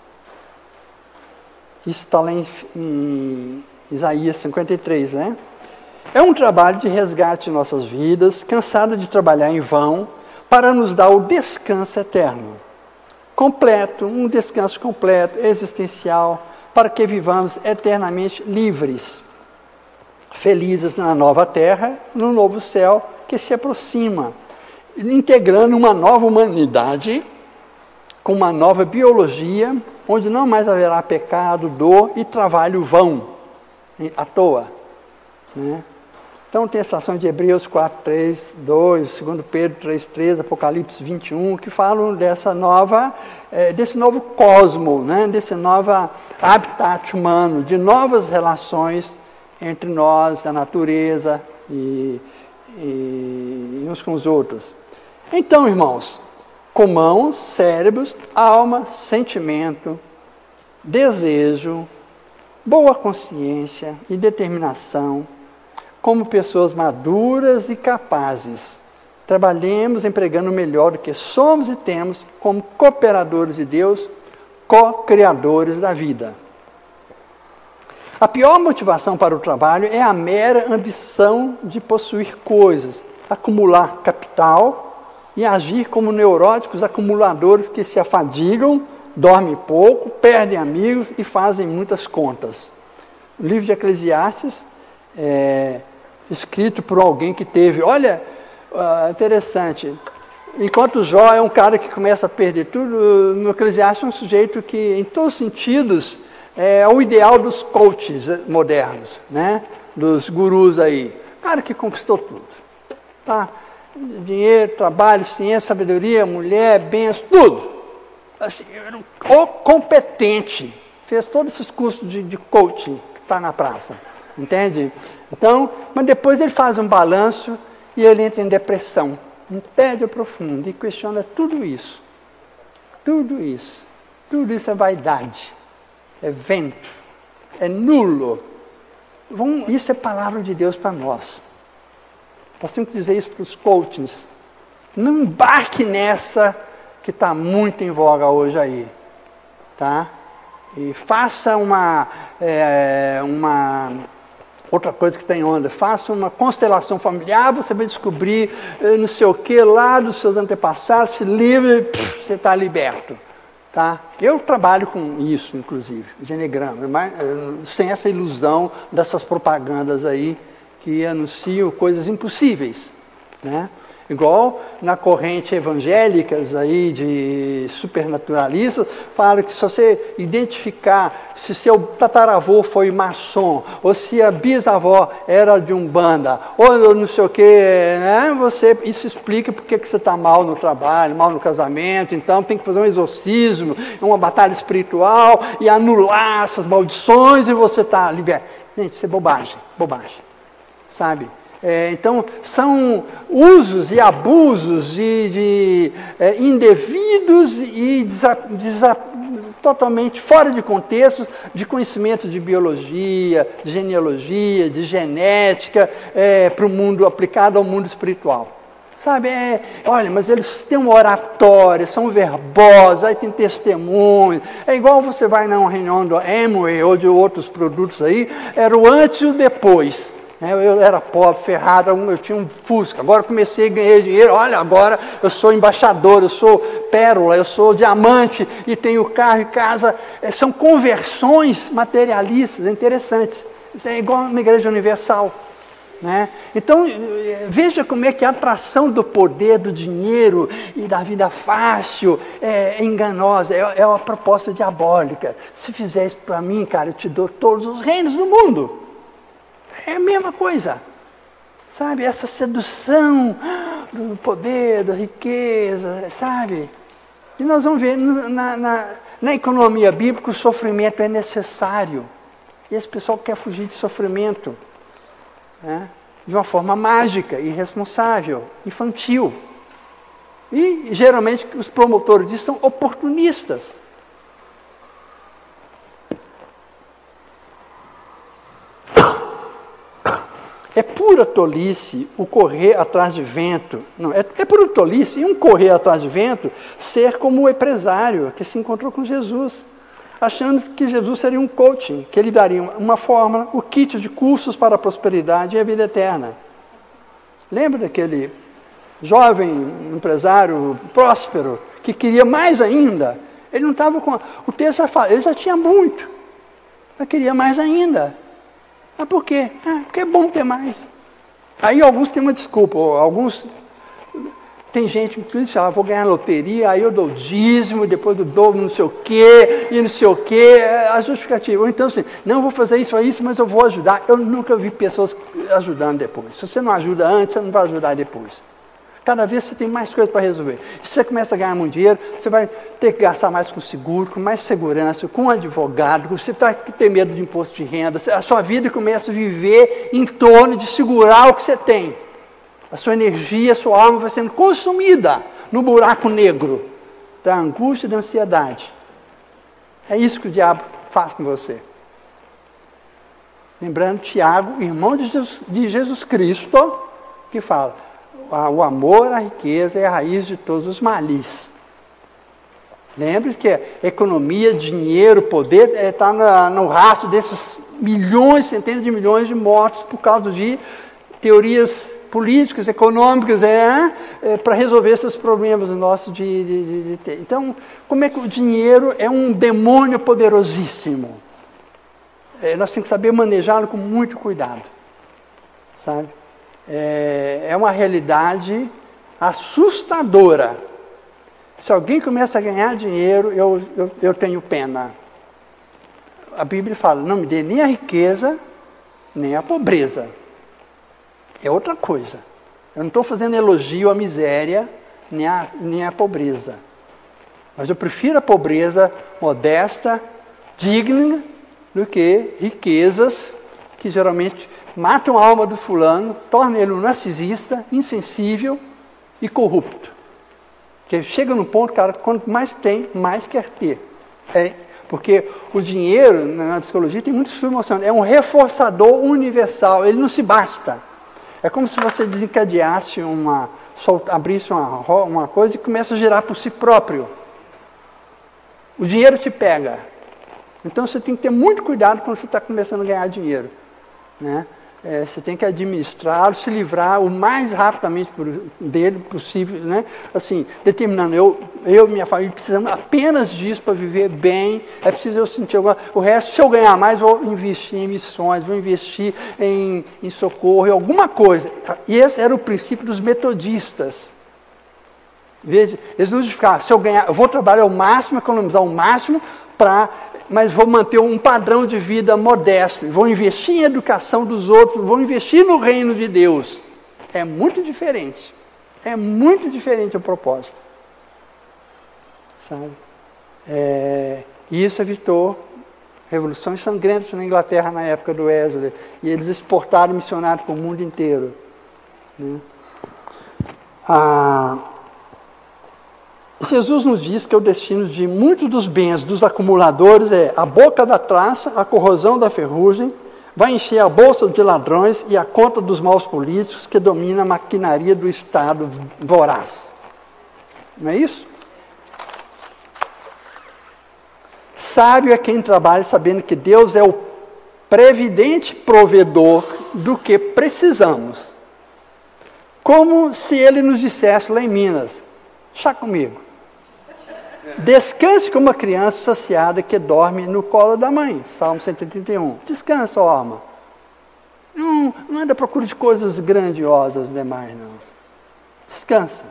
Isso está lá em Isaías 53, né? É um trabalho de resgate de nossas vidas, cansado de trabalhar em vão, para nos dar o descanso eterno. Completo, um descanso completo, existencial, para que vivamos eternamente livres, felizes na nova terra, no novo céu que se aproxima, integrando uma nova humanidade, com uma nova biologia, onde não mais haverá pecado, dor e trabalho vão, à toa. Né? Então tem a citação de Hebreus 4:3, 2, 2 Pedro 3:3, Apocalipse 21, que falam dessa nova, desse novo cosmo, né? Desse novo habitat humano, de novas relações entre nós, a natureza e uns com os outros. Então, irmãos, com mãos, cérebros, alma, sentimento, desejo, boa consciência e determinação, como pessoas maduras e capazes, trabalhemos empregando o melhor do que somos e temos como cooperadores de Deus, co-criadores da vida. A pior motivação para o trabalho é a mera ambição de possuir coisas, acumular capital e agir como neuróticos acumuladores que se afadigam, dormem pouco, perdem amigos e fazem muitas contas. O livro de Eclesiastes escrito por alguém que teve, olha, interessante, enquanto Jó é um cara que começa a perder tudo, no Eclesiastes é um sujeito que, em todos os sentidos, é o ideal dos coaches modernos, né? Dos gurus aí, cara que conquistou tudo, tá? Dinheiro, trabalho, ciência, sabedoria, mulher, bens, tudo, assim, o competente, fez todos esses cursos de coaching que está na praça, entende? Então, mas depois ele faz um balanço e ele entra em depressão, um tédio profundo e questiona tudo isso. Tudo isso é vaidade, é vento, é nulo. Isso é palavra de Deus para nós. Nós temos que dizer isso para os coachings. Não embarque nessa que está muito em voga hoje aí, tá? E faça outra coisa que está em onda, faça uma constelação familiar, você vai descobrir não sei o que lá dos seus antepassados, se livre, você está liberto. Tá? Eu trabalho com isso, inclusive, genegrama, mas, sem essa ilusão dessas propagandas aí que anunciam coisas impossíveis. Né? Igual na corrente evangélicas aí de supernaturalistas, fala que se você identificar se seu tataravô foi maçom, ou se a bisavó era de Umbanda, ou não sei o que, né? Isso explica porque que você está mal no trabalho, mal no casamento, então tem que fazer um exorcismo, uma batalha espiritual e anular essas maldições e você está liberto. Gente, isso é bobagem, sabe? Então, são usos e abusos indevidos e totalmente fora de contexto de conhecimento de biologia, de genealogia, de genética, para o mundo aplicado ao mundo espiritual. Sabe, olha, mas eles têm uma oratória, são verbosos, aí tem testemunho. É igual você vai numa reunião do Amway ou de outros produtos aí, era o antes e o depois. né? Eu era pobre, ferrado, eu tinha um Fusca. Agora comecei a ganhar dinheiro. Olha, agora eu sou embaixador, eu sou pérola, eu sou diamante e tenho carro e casa. São conversões materialistas interessantes. Isso é igual uma igreja universal, né? Então, veja como é que a atração do poder, do dinheiro e da vida fácil é enganosa, é uma proposta diabólica. Se fizer isso para mim, cara, eu te dou todos os reinos do mundo. É a mesma coisa, sabe? Essa sedução do poder, da riqueza, sabe? E nós vamos ver, na economia bíblica, o sofrimento é necessário. E esse pessoal quer fugir de sofrimento, né? De uma forma mágica, irresponsável, infantil. E, geralmente, os promotores disso são oportunistas. É pura tolice o correr atrás de vento. Não, é pura tolice, e um correr atrás de vento, ser como o empresário que se encontrou com Jesus, achando que Jesus seria um coaching, que ele daria uma fórmula, o kit de cursos para a prosperidade e a vida eterna. Lembra daquele jovem empresário próspero, que queria mais ainda? Ele não estava com... O texto já fala, ele já tinha muito, mas queria mais ainda. Mas por quê? Porque é bom ter mais. Aí alguns têm uma desculpa, alguns... Tem gente que fala, vou ganhar loteria, aí eu dou dízimo, depois eu dou não sei o quê, e não sei o quê, a justificativa. Ou então assim, não, eu vou fazer isso, mas eu vou ajudar. Eu nunca vi pessoas ajudando depois. Se você não ajuda antes, você não vai ajudar depois. Cada vez você tem mais coisas para resolver. Se você começa a ganhar muito dinheiro, você vai ter que gastar mais com seguro, com mais segurança, com um advogado, você vai ter medo de imposto de renda, a sua vida começa a viver em torno de segurar o que você tem. A sua energia, a sua alma vai sendo consumida no buraco negro da angústia e da ansiedade. É isso que o diabo faz com você. Lembrando, Tiago, irmão de Jesus Cristo, que fala, o amor à riqueza é a raiz de todos os males. Lembre que a economia, dinheiro, poder está no rastro desses milhões, centenas de milhões de mortos por causa de teorias políticas, econômicas, para resolver esses problemas nossos de ter. Então, como é que o dinheiro é um demônio poderosíssimo? Nós temos que saber manejá-lo com muito cuidado, sabe? É uma realidade assustadora. Se alguém começa a ganhar dinheiro, eu tenho pena. A Bíblia fala, não me dê nem a riqueza, nem a pobreza. É outra coisa. Eu não estou fazendo elogio à miséria, nem à pobreza. Mas eu prefiro a pobreza modesta, digna, do que riquezas que geralmente matam a alma do fulano, tornam ele um narcisista, insensível e corrupto. Porque chega num ponto, cara, quanto mais tem, mais quer ter. Porque o dinheiro, na psicologia, tem muitas formações. É um reforçador universal, ele não se basta. É como se você desencadeasse abrisse uma coisa e começa a girar por si próprio. O dinheiro te pega. Então você tem que ter muito cuidado quando você está começando a ganhar dinheiro, né? Você tem que administrá-lo, se livrar o mais rapidamente dele possível, né? Assim, determinando, eu e minha família precisamos apenas disso para viver bem, é preciso eu sentir o resto, se eu ganhar mais, vou investir em missões, vou investir em socorro, em alguma coisa. E esse era o princípio dos metodistas. Veja, eles não justificavam, se eu ganhar, eu vou trabalhar o máximo, economizar o máximo, mas vou manter um padrão de vida modesto, vou investir em educação dos outros, vou investir no reino de Deus. É muito diferente. É muito diferente o propósito. Sabe? E isso evitou revoluções sangrentas na Inglaterra na época do Wesley. E eles exportaram missionários para o mundo inteiro. Né? Jesus nos diz que o destino de muitos dos bens dos acumuladores é a boca da traça, a corrosão da ferrugem, vai encher a bolsa de ladrões e a conta dos maus políticos que domina a maquinaria do Estado voraz. Não é isso? Sábio é quem trabalha sabendo que Deus é o previdente provedor do que precisamos. Como se ele nos dissesse lá em Minas, chá comigo. Descanse como uma criança saciada que dorme no colo da mãe. Salmo 131. Descansa, ó alma. Não anda à procura de coisas grandiosas demais, não. Descansa.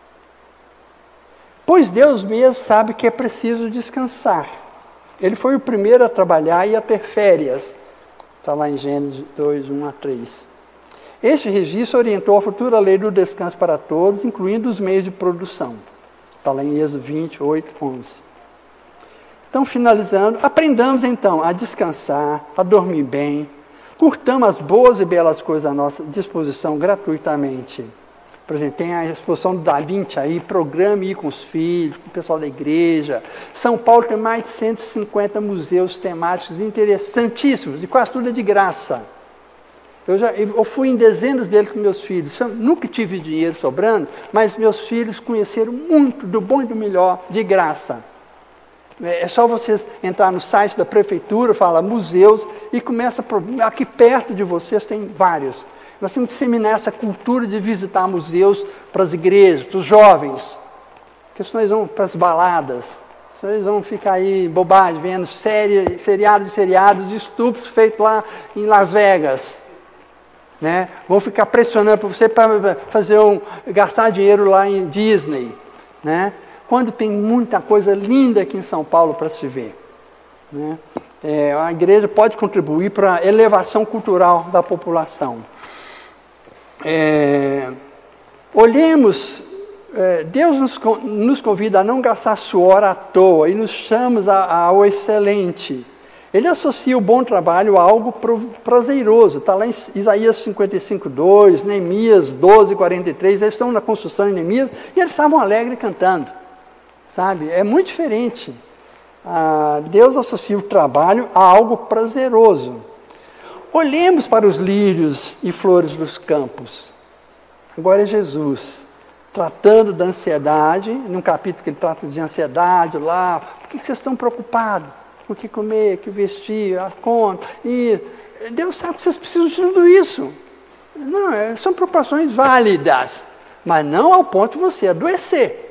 Pois Deus mesmo sabe que é preciso descansar. Ele foi o primeiro a trabalhar e a ter férias. Está lá em Gênesis 2, 1 a 3. Este registro orientou a futura lei do descanso para todos, incluindo os meios de produção. Está lá em Êxodo 28, 11. Então, finalizando, aprendamos então a descansar, a dormir bem, curtamos as boas e belas coisas à nossa disposição gratuitamente. Por exemplo, tem a exposição do Da Vinci aí, programe ir com os filhos, com o pessoal da igreja. São Paulo tem mais de 150 museus temáticos interessantíssimos, e quase tudo é de graça. Eu fui em dezenas deles com meus filhos. Eu nunca tive dinheiro sobrando, mas meus filhos conheceram muito do bom e do melhor de graça. É só vocês entrar no site da prefeitura, fala museus, e começa, aqui perto de vocês tem vários. Nós temos que disseminar essa cultura de visitar museus para as igrejas, para os jovens. Porque senão eles vão para as baladas, senão eles vão ficar aí bobagem, vendo seriados e seriados de estupros feitos lá em Las Vegas. Né? Vão ficar pressionando para você para gastar dinheiro lá em Disney. Né? Quando tem muita coisa linda aqui em São Paulo para se ver. Né? A igreja pode contribuir para a elevação cultural da população. Olhemos, Deus nos convida a não gastar suor à toa e nos chama ao excelente. Ele associa o bom trabalho a algo prazeroso. Está lá em Isaías 55, 2, Neemias 12, 43. Eles estão na construção em Neemias e eles estavam alegres cantando. Sabe? É muito diferente. Deus associa o trabalho a algo prazeroso. Olhemos para os lírios e flores dos campos. Agora é Jesus, tratando da ansiedade, num capítulo que ele trata de ansiedade lá. Por que vocês estão preocupados? O que comer, o que vestir, a conta. E Deus sabe que vocês precisam de tudo isso. Não, são preocupações válidas, mas não ao ponto de você adoecer.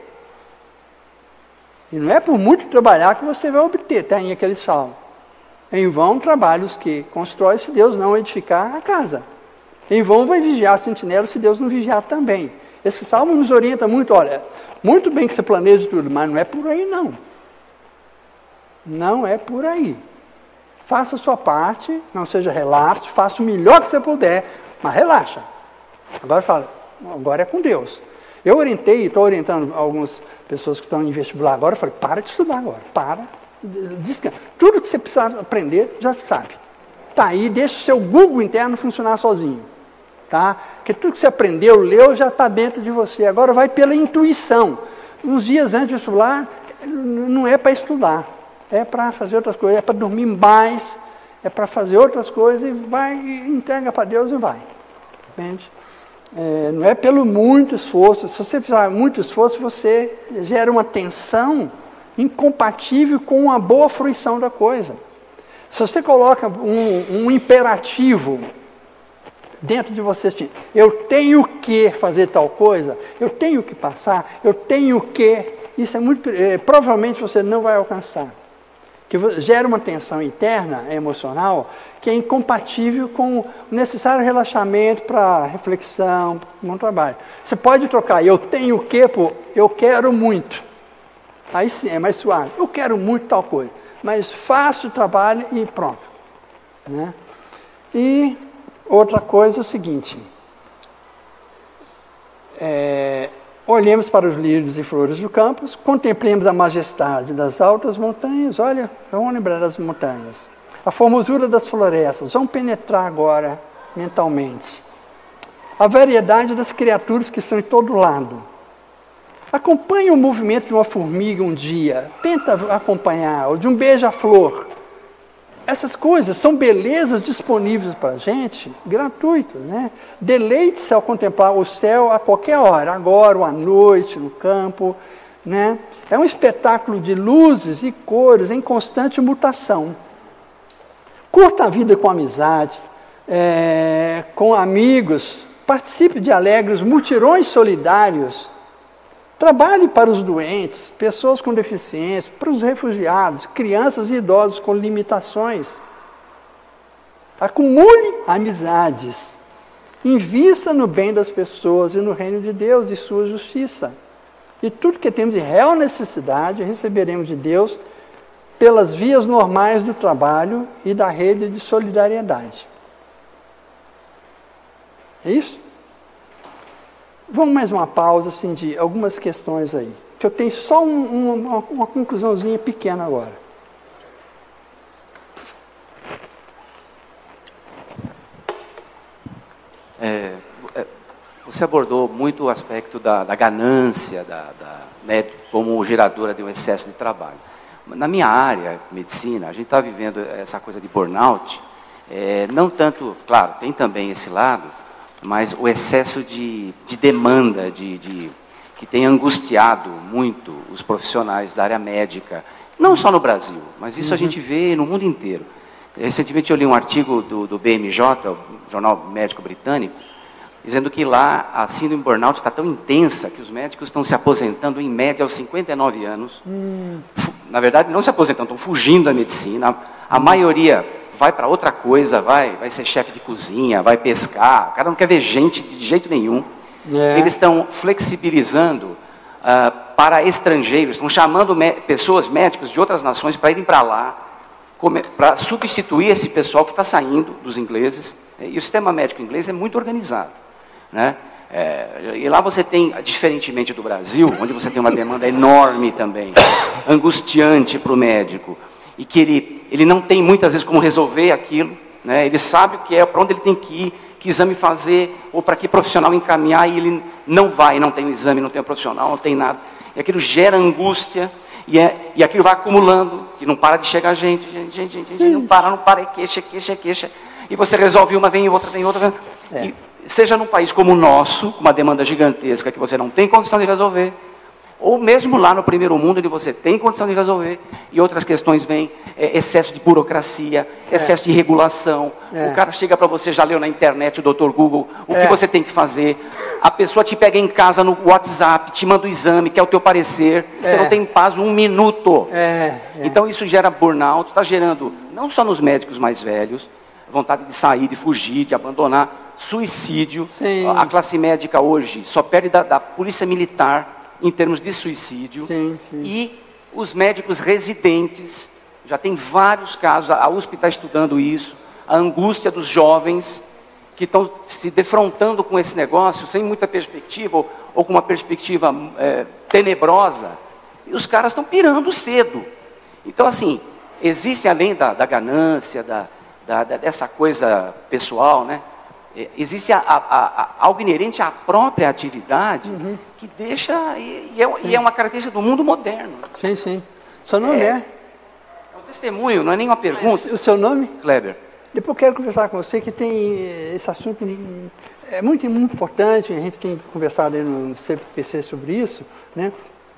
E não é por muito trabalhar que você vai obter, está em aquele salmo. Em vão trabalhos que constrói se Deus não edificar a casa. Em vão vai vigiar a sentinela se Deus não vigiar também. Esse salmo nos orienta muito, olha, muito bem que você planeje tudo, mas não é por aí não. Não é por aí. Faça a sua parte, não seja relapso, faça o melhor que você puder, mas relaxa. Agora fala, agora é com Deus. Eu orientei, estou orientando algumas pessoas que estão em vestibular agora, eu falei, para de estudar agora, descansa. Tudo que você precisa aprender, já sabe. Tá aí, deixa o seu Google interno funcionar sozinho. Tá? Porque tudo que você aprendeu, leu, já está dentro de você. Agora vai pela intuição. Uns dias antes de vestibular, não é para estudar. É para fazer outras coisas, é para dormir mais, é para fazer outras coisas e vai, entrega para Deus e vai. Entende? Não é pelo muito esforço. Se você fizer muito esforço, você gera uma tensão incompatível com a boa fruição da coisa. Se você coloca um imperativo dentro de você, assim, eu tenho que fazer tal coisa, eu tenho que passar, eu tenho que, isso é muito, provavelmente você não vai alcançar. Que gera uma tensão interna, emocional, que é incompatível com o necessário relaxamento para reflexão, para um trabalho. Você pode trocar eu tenho o quê por eu quero muito. Aí sim, é mais suave. Eu quero muito tal coisa, mas faço o trabalho e pronto. Né? E outra coisa é o seguinte, olhemos para os lírios e flores do campo, contemplemos a majestade das altas montanhas, olha, vamos lembrar das montanhas, a formosura das florestas, vamos penetrar agora mentalmente, a variedade das criaturas que estão em todo lado. Acompanhe o movimento de uma formiga um dia, tenta acompanhar, ou de um beija-flor. Essas coisas são belezas disponíveis para a gente, gratuitas, né? Deleite-se ao contemplar o céu a qualquer hora, agora ou à noite, no campo, né? É um espetáculo de luzes e cores em constante mutação. Curta a vida com amizades, com amigos, participe de alegres mutirões solidários, trabalhe para os doentes, pessoas com deficiência, para os refugiados, crianças e idosos com limitações. Acumule amizades, invista no bem das pessoas e no reino de Deus e sua justiça. E tudo que temos de real necessidade receberemos de Deus pelas vias normais do trabalho e da rede de solidariedade. É isso? Vamos mais uma pausa assim, de algumas questões aí, que eu tenho só uma conclusãozinha pequena agora. Você abordou muito o aspecto da ganância, né, como geradora de um excesso de trabalho. Na minha área, medicina, a gente está vivendo essa coisa de burnout, não tanto, claro, tem também esse lado, mas o excesso de demanda, que tem angustiado muito os profissionais da área médica, não só no Brasil, mas isso a gente vê no mundo inteiro. Recentemente eu li um artigo do BMJ, o Jornal Médico Britânico, dizendo que lá a síndrome burnout está tão intensa que os médicos estão se aposentando em média aos 59 anos. Na verdade, não se aposentando, estão fugindo da medicina. A maioria vai para outra coisa, vai ser chefe de cozinha, vai pescar. O cara não quer ver gente de jeito nenhum. Eles estão flexibilizando para estrangeiros, estão chamando pessoas, médicos de outras nações para irem para lá, para substituir esse pessoal que está saindo dos ingleses. E o sistema médico inglês é muito organizado, né? E lá você tem, diferentemente do Brasil, onde você tem uma demanda enorme também, angustiante para o médico, e que ele não tem muitas vezes como resolver aquilo, né? Ele sabe o que é, para onde ele tem que ir, que exame fazer, ou para que profissional encaminhar, e ele não vai, não tem o exame, não tem o profissional, não tem nada. E aquilo gera angústia, e aquilo vai acumulando, e não para de chegar gente, não para, é queixa. E você resolve uma, vem outra. E seja num país como o nosso, uma demanda gigantesca que você não tem condição de resolver, ou mesmo lá no primeiro mundo, onde você tem condição de resolver, e outras questões vêm, excesso de burocracia, excesso de regulação, o cara chega para você, já leu na internet, o Dr. Google, o que você tem que fazer, a pessoa te pega em casa no WhatsApp, te manda o exame, quer o teu parecer, você não tem paz um minuto. Então isso gera burnout, está gerando, não só nos médicos mais velhos, vontade de sair, de fugir, de abandonar, suicídio. A classe médica hoje só perde da polícia militar em termos de suicídio. E os médicos residentes, já tem vários casos, a USP está estudando isso, a angústia dos jovens que estão se defrontando com esse negócio, sem muita perspectiva, ou com uma perspectiva tenebrosa, e os caras estão pirando cedo. Então, assim, existe além da ganância, dessa coisa pessoal, né? Existe algo inerente à própria atividade que deixa, e é uma característica do mundo moderno. Sim. Seu nome é? É um testemunho, não é nem uma pergunta. O seu nome? Kleber. Depois eu quero conversar com você, que tem esse assunto, é muito importante, a gente tem conversado aí no CPC sobre isso, né?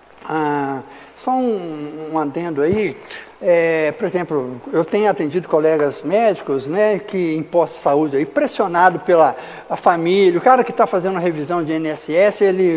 Só um adendo aí. Por exemplo, eu tenho atendido colegas médicos, né, que em posto de saúde, aí, pressionado pela família, o cara que está fazendo uma revisão de INSS,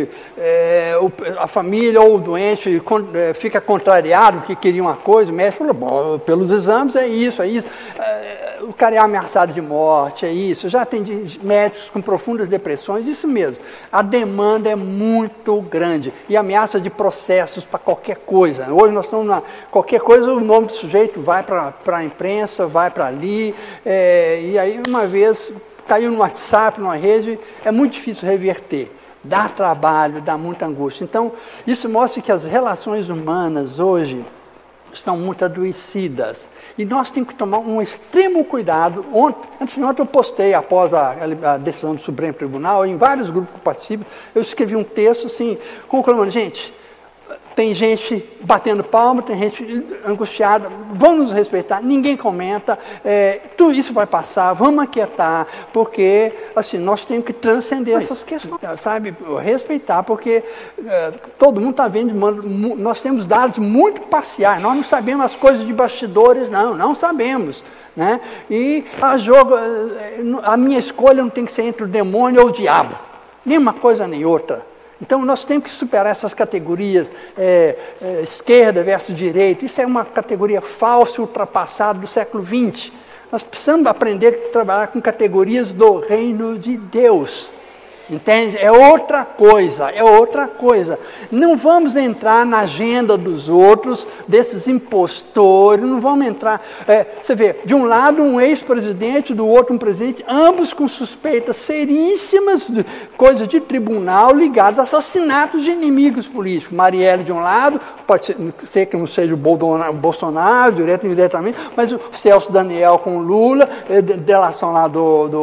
a família ou o doente fica contrariado, que queria uma coisa, o médico falou, bom, pelos exames é isso. O cara é ameaçado de morte, é isso. Eu já atendi médicos com profundas depressões, isso mesmo. A demanda é muito grande e ameaça de processos para qualquer coisa. Hoje nós estamos qualquer coisa, o nome do sujeito vai para a imprensa, vai para ali, e aí uma vez caiu no WhatsApp, numa rede, é muito difícil reverter. Dá trabalho, dá muita angústia. Então, isso mostra que as relações humanas hoje estão muito adoecidas. E nós temos que tomar um extremo cuidado. Ontem eu postei, após a decisão do Supremo Tribunal, em vários grupos que eu participo, eu escrevi um texto assim, conclamando, gente, tem gente batendo palma, tem gente angustiada, vamos nos respeitar, ninguém comenta, tudo isso vai passar, vamos aquietar, porque assim, nós temos que transcender essas questões, sabe? Respeitar, porque todo mundo está vendo, nós temos dados muito parciais, nós não sabemos as coisas de bastidores, não sabemos. né? E a minha escolha não tem que ser entre o demônio ou o diabo, nem uma coisa nem outra. Então nós temos que superar essas categorias, esquerda versus direita. Isso é uma categoria falsa, ultrapassada do século XX. Nós precisamos aprender a trabalhar com categorias do reino de Deus. Entende? É outra coisa, é outra coisa. Não vamos entrar na agenda dos outros, desses impostores, não vamos entrar... você vê, de um lado um ex-presidente, do outro um presidente, ambos com suspeitas seríssimas, coisas de tribunal, ligadas a assassinatos de inimigos políticos. Marielle de um lado, pode ser que não seja o Bolsonaro, direto ou indiretamente, mas o Celso Daniel com o Lula, delação lá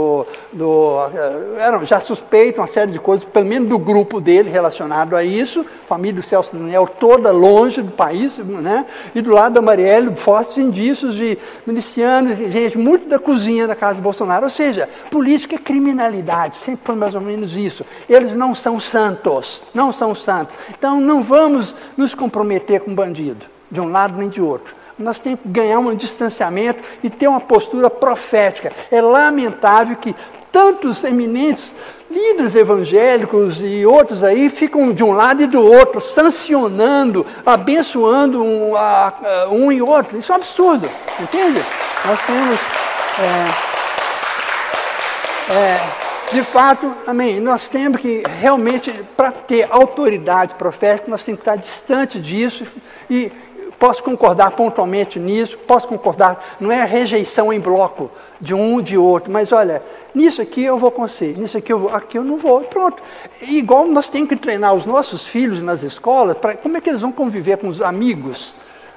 eram já suspeitos, uma série de coisas, pelo menos do grupo dele relacionado a isso, família do Celso Daniel toda longe do país, né? E do lado da Marielle, fortes indícios de milicianos, gente muito da cozinha da casa de Bolsonaro. Ou seja, política é criminalidade, sempre foi mais ou menos isso. Eles não são santos, não são santos. Então não vamos nos comprometer com bandido, de um lado nem de outro. Nós temos que ganhar um distanciamento e ter uma postura profética. É lamentável que tantos eminentes líderes evangélicos e outros aí ficam de um lado e do outro, sancionando, abençoando um e outro. Isso é um absurdo, entende? Nós temos... de fato, amém, nós temos que realmente, para ter autoridade profética, nós temos que estar distante disso e posso concordar pontualmente nisso, posso concordar, não é rejeição em bloco de um de outro, mas olha, nisso aqui eu vou com você, nisso aqui eu não vou, pronto. E igual nós temos que treinar os nossos filhos nas escolas, como é que eles vão conviver com os amigos,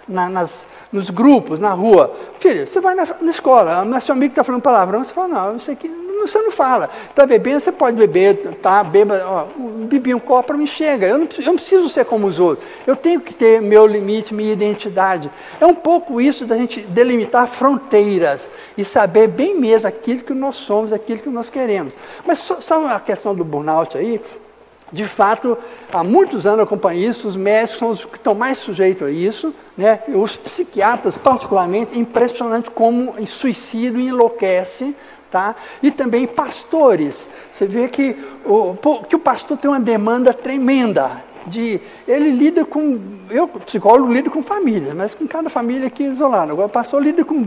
nos grupos, na rua. Filho, você vai na escola, mas seu amigo está falando palavrão, você fala, não, isso aqui você não fala. Está bebendo, você pode beber, tá? Beba, bebi um copo para mim, chega. Eu não preciso ser como os outros. Eu tenho que ter meu limite, minha identidade. É um pouco isso da gente delimitar fronteiras e saber bem mesmo aquilo que nós somos, aquilo que nós queremos. Mas só a questão do burnout aí, de fato, há muitos anos eu acompanho isso, os médicos são os que estão mais sujeitos a isso, né? Os psiquiatras, particularmente, é impressionante como o suicídio enlouquece. Tá? E também pastores. Você vê que o pastor tem uma demanda tremenda. Ele lida com... Eu, psicólogo, lido com famílias, mas com cada família aqui isolada. Agora o pastor lida com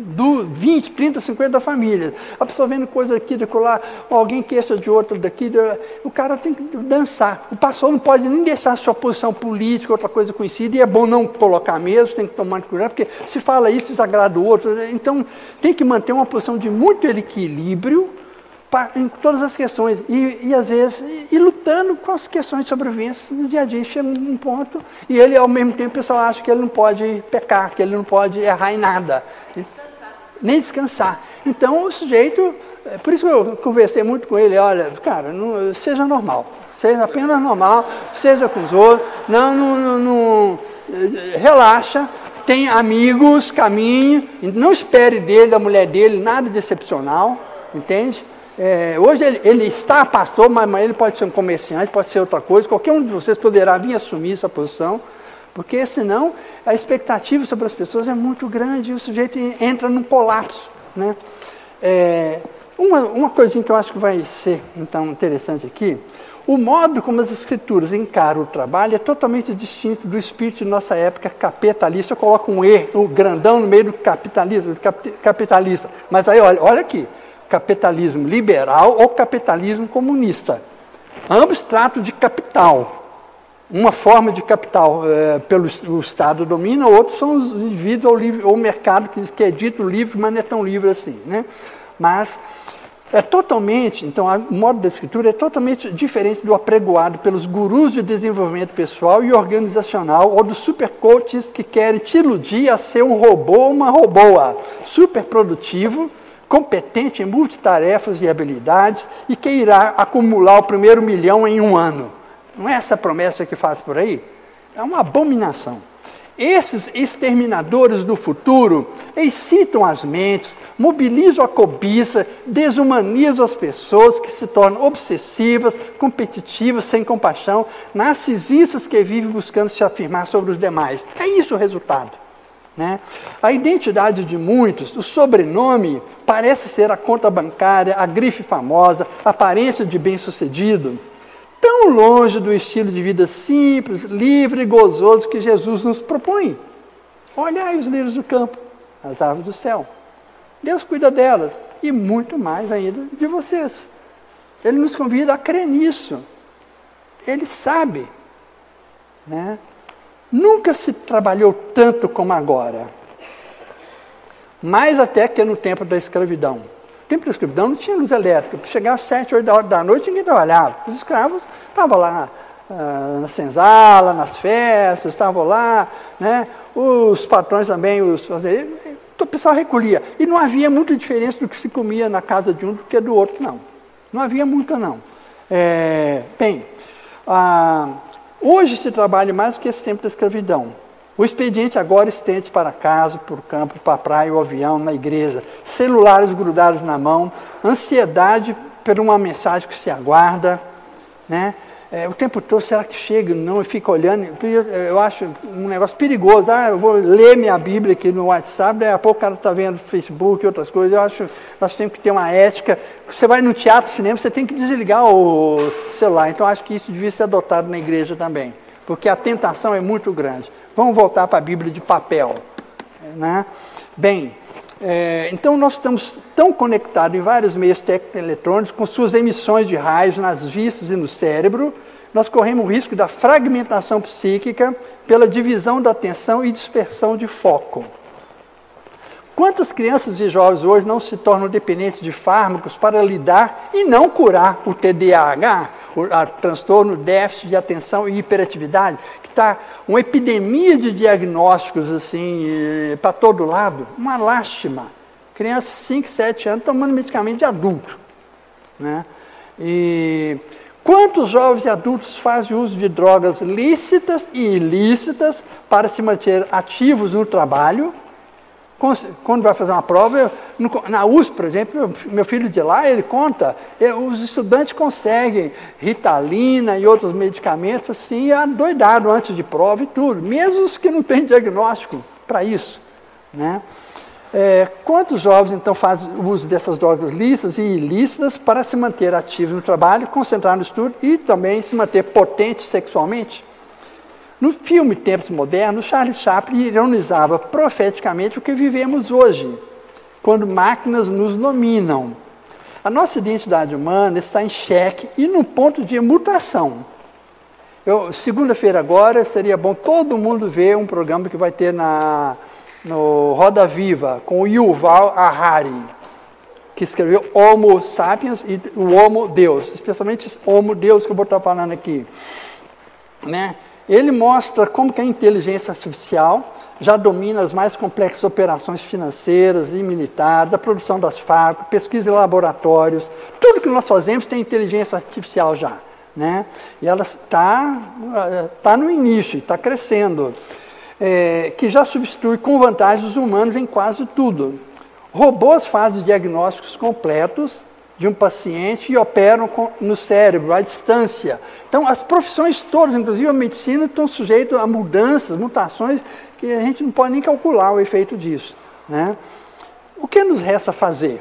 20, 30, 50 famílias. Absorvendo coisa aqui, de lá, alguém queixa de outro daqui. O cara tem que dançar. O pastor não pode nem deixar a sua posição política, outra coisa conhecida, e é bom não colocar mesmo, tem que tomar cuidado, porque se fala isso, desagrada o outro. Então, tem que manter uma posição de muito equilíbrio em todas as questões, e às vezes, lutando com as questões de sobrevivência no dia a dia. Chega um ponto, e ele, ao mesmo tempo, o pessoal acha que ele não pode pecar, que ele não pode errar em nada. Nem descansar. Então, o sujeito, por isso que eu conversei muito com ele, olha, cara, seja normal, seja apenas normal, seja com os outros, não relaxa, tem amigos, caminhe, não espere dele, da mulher dele, nada de excepcional, entende? Hoje ele está pastor, mas ele pode ser um comerciante, pode ser outra coisa, qualquer um de vocês poderá vir assumir essa posição, porque senão a expectativa sobre as pessoas é muito grande e o sujeito entra num colapso, né? Uma coisinha que eu acho que vai ser então interessante aqui, o modo como as escrituras encaram o trabalho é totalmente distinto do espírito de nossa época capitalista. Eu coloco um E, um grandão no meio do capitalismo, capitalista. Mas aí, olha aqui, capitalismo liberal ou capitalismo comunista. Ambos tratam de capital. Uma forma de capital pelo Estado domina, outros são os indivíduos ou o mercado que é dito livre, mas não é tão livre assim, né? Mas é totalmente, então, o modo da escritura é totalmente diferente do apregoado pelos gurus de desenvolvimento pessoal e organizacional ou dos supercoaches que querem te iludir a ser um robô ou uma robôa, super produtivo, competente em multitarefas e habilidades e que irá acumular o primeiro 1 milhão em um ano. Não é essa promessa que faz por aí? É uma abominação. Esses exterminadores do futuro excitam as mentes, mobilizam a cobiça, desumanizam as pessoas que se tornam obsessivas, competitivas, sem compaixão, narcisistas que vivem buscando se afirmar sobre os demais. É isso o resultado. né? A identidade de muitos, o sobrenome, parece ser a conta bancária, a grife famosa, a aparência de bem-sucedido, tão longe do estilo de vida simples, livre e gozoso que Jesus nos propõe. Olhai os lírios do campo, as aves do céu. Deus cuida delas e muito mais ainda de vocês. Ele nos convida a crer nisso. Ele sabe, né? Nunca se trabalhou tanto como agora. Mais até que no tempo da escravidão. No tempo da escravidão não tinha luz elétrica. Para chegar às 7, 8 horas da noite, ninguém trabalhava. Os escravos estavam lá na senzala, nas festas, estavam lá, né? Os patrões também, o pessoal recolhia. E não havia muita diferença do que se comia na casa de um do que do outro, não. Não havia muita, não. Hoje se trabalha mais do que esse tempo da escravidão. O expediente agora estende para casa, para o campo, para a praia, o avião, na igreja, celulares grudados na mão, ansiedade por uma mensagem que se aguarda, né? O tempo todo, será que chega? Não, fica olhando. Eu acho um negócio perigoso. Eu vou ler minha Bíblia aqui no WhatsApp, daí a pouco o cara está vendo Facebook e outras coisas. Eu acho que nós temos que ter uma ética. Você vai no teatro, cinema, você tem que desligar o celular. Então, acho que isso devia ser adotado na igreja também, porque a tentação é muito grande. Vamos voltar para a Bíblia de papel, né? Bem, então nós estamos tão conectados em vários meios eletrônicos, com suas emissões de raios nas vistas e no cérebro, nós corremos o risco da fragmentação psíquica pela divisão da atenção e dispersão de foco. Quantas crianças e jovens hoje não se tornam dependentes de fármacos para lidar e não curar o TDAH, o transtorno déficit de atenção e hiperatividade, que está uma epidemia de diagnósticos assim, para todo lado? Uma lástima. Crianças de 5, 7 anos tomando medicamento de adulto, né? E quantos jovens e adultos fazem uso de drogas lícitas e ilícitas para se manter ativos no trabalho? Quando vai fazer uma prova, na USP, por exemplo, meu filho de lá, ele conta, os estudantes conseguem Ritalina e outros medicamentos assim, adoidado antes de prova e tudo, mesmo os que não têm diagnóstico para isso, né? Quantos jovens, então, fazem uso dessas drogas lícitas e ilícitas para se manter ativos no trabalho, concentrar no estudo e também se manter potentes sexualmente? No filme Tempos Modernos, Charles Chaplin ironizava profeticamente o que vivemos hoje, quando máquinas nos dominam. A nossa identidade humana está em xeque e num ponto de mutação. Segunda-feira agora, seria bom todo mundo ver um programa que vai ter no Roda Viva, com o Yuval Harari, que escreveu Homo Sapiens e o Homo Deus, especialmente Homo Deus que eu vou estar falando aqui, né? Ele mostra como que a inteligência artificial já domina as mais complexas operações financeiras e militares, a produção das fábricas, pesquisa em laboratórios, tudo que nós fazemos tem inteligência artificial já, né? E ela está no início, está crescendo, que já substitui com vantagem os humanos em quase tudo. Robôs fazem diagnósticos completos de um paciente e operam no cérebro, à distância. Então, as profissões todas, inclusive a medicina, estão sujeitas a mudanças, mutações, que a gente não pode nem calcular o efeito disso, né? O que nos resta fazer?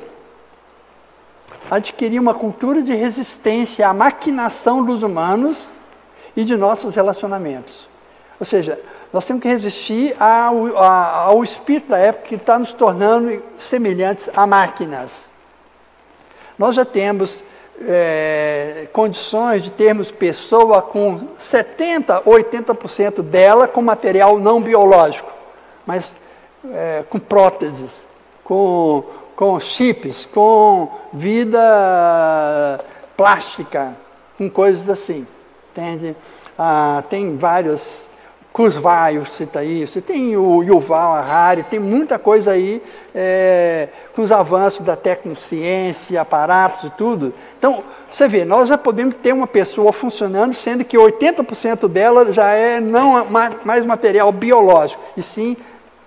Adquirir uma cultura de resistência à maquinação dos humanos e de nossos relacionamentos. Ou seja, nós temos que resistir ao espírito da época que está nos tornando semelhantes a máquinas. Nós já temos condições de termos pessoa com 70%, 80% dela com material não biológico, mas com próteses, com chips, com vida plástica, com coisas assim, entende? Tem vários, Kurzweil cita isso, tem o Yuval Harari, tem muita coisa aí, com os avanços da tecnociência, aparatos e tudo. Então, você vê, nós já podemos ter uma pessoa funcionando, sendo que 80% dela já é não mais material biológico, e sim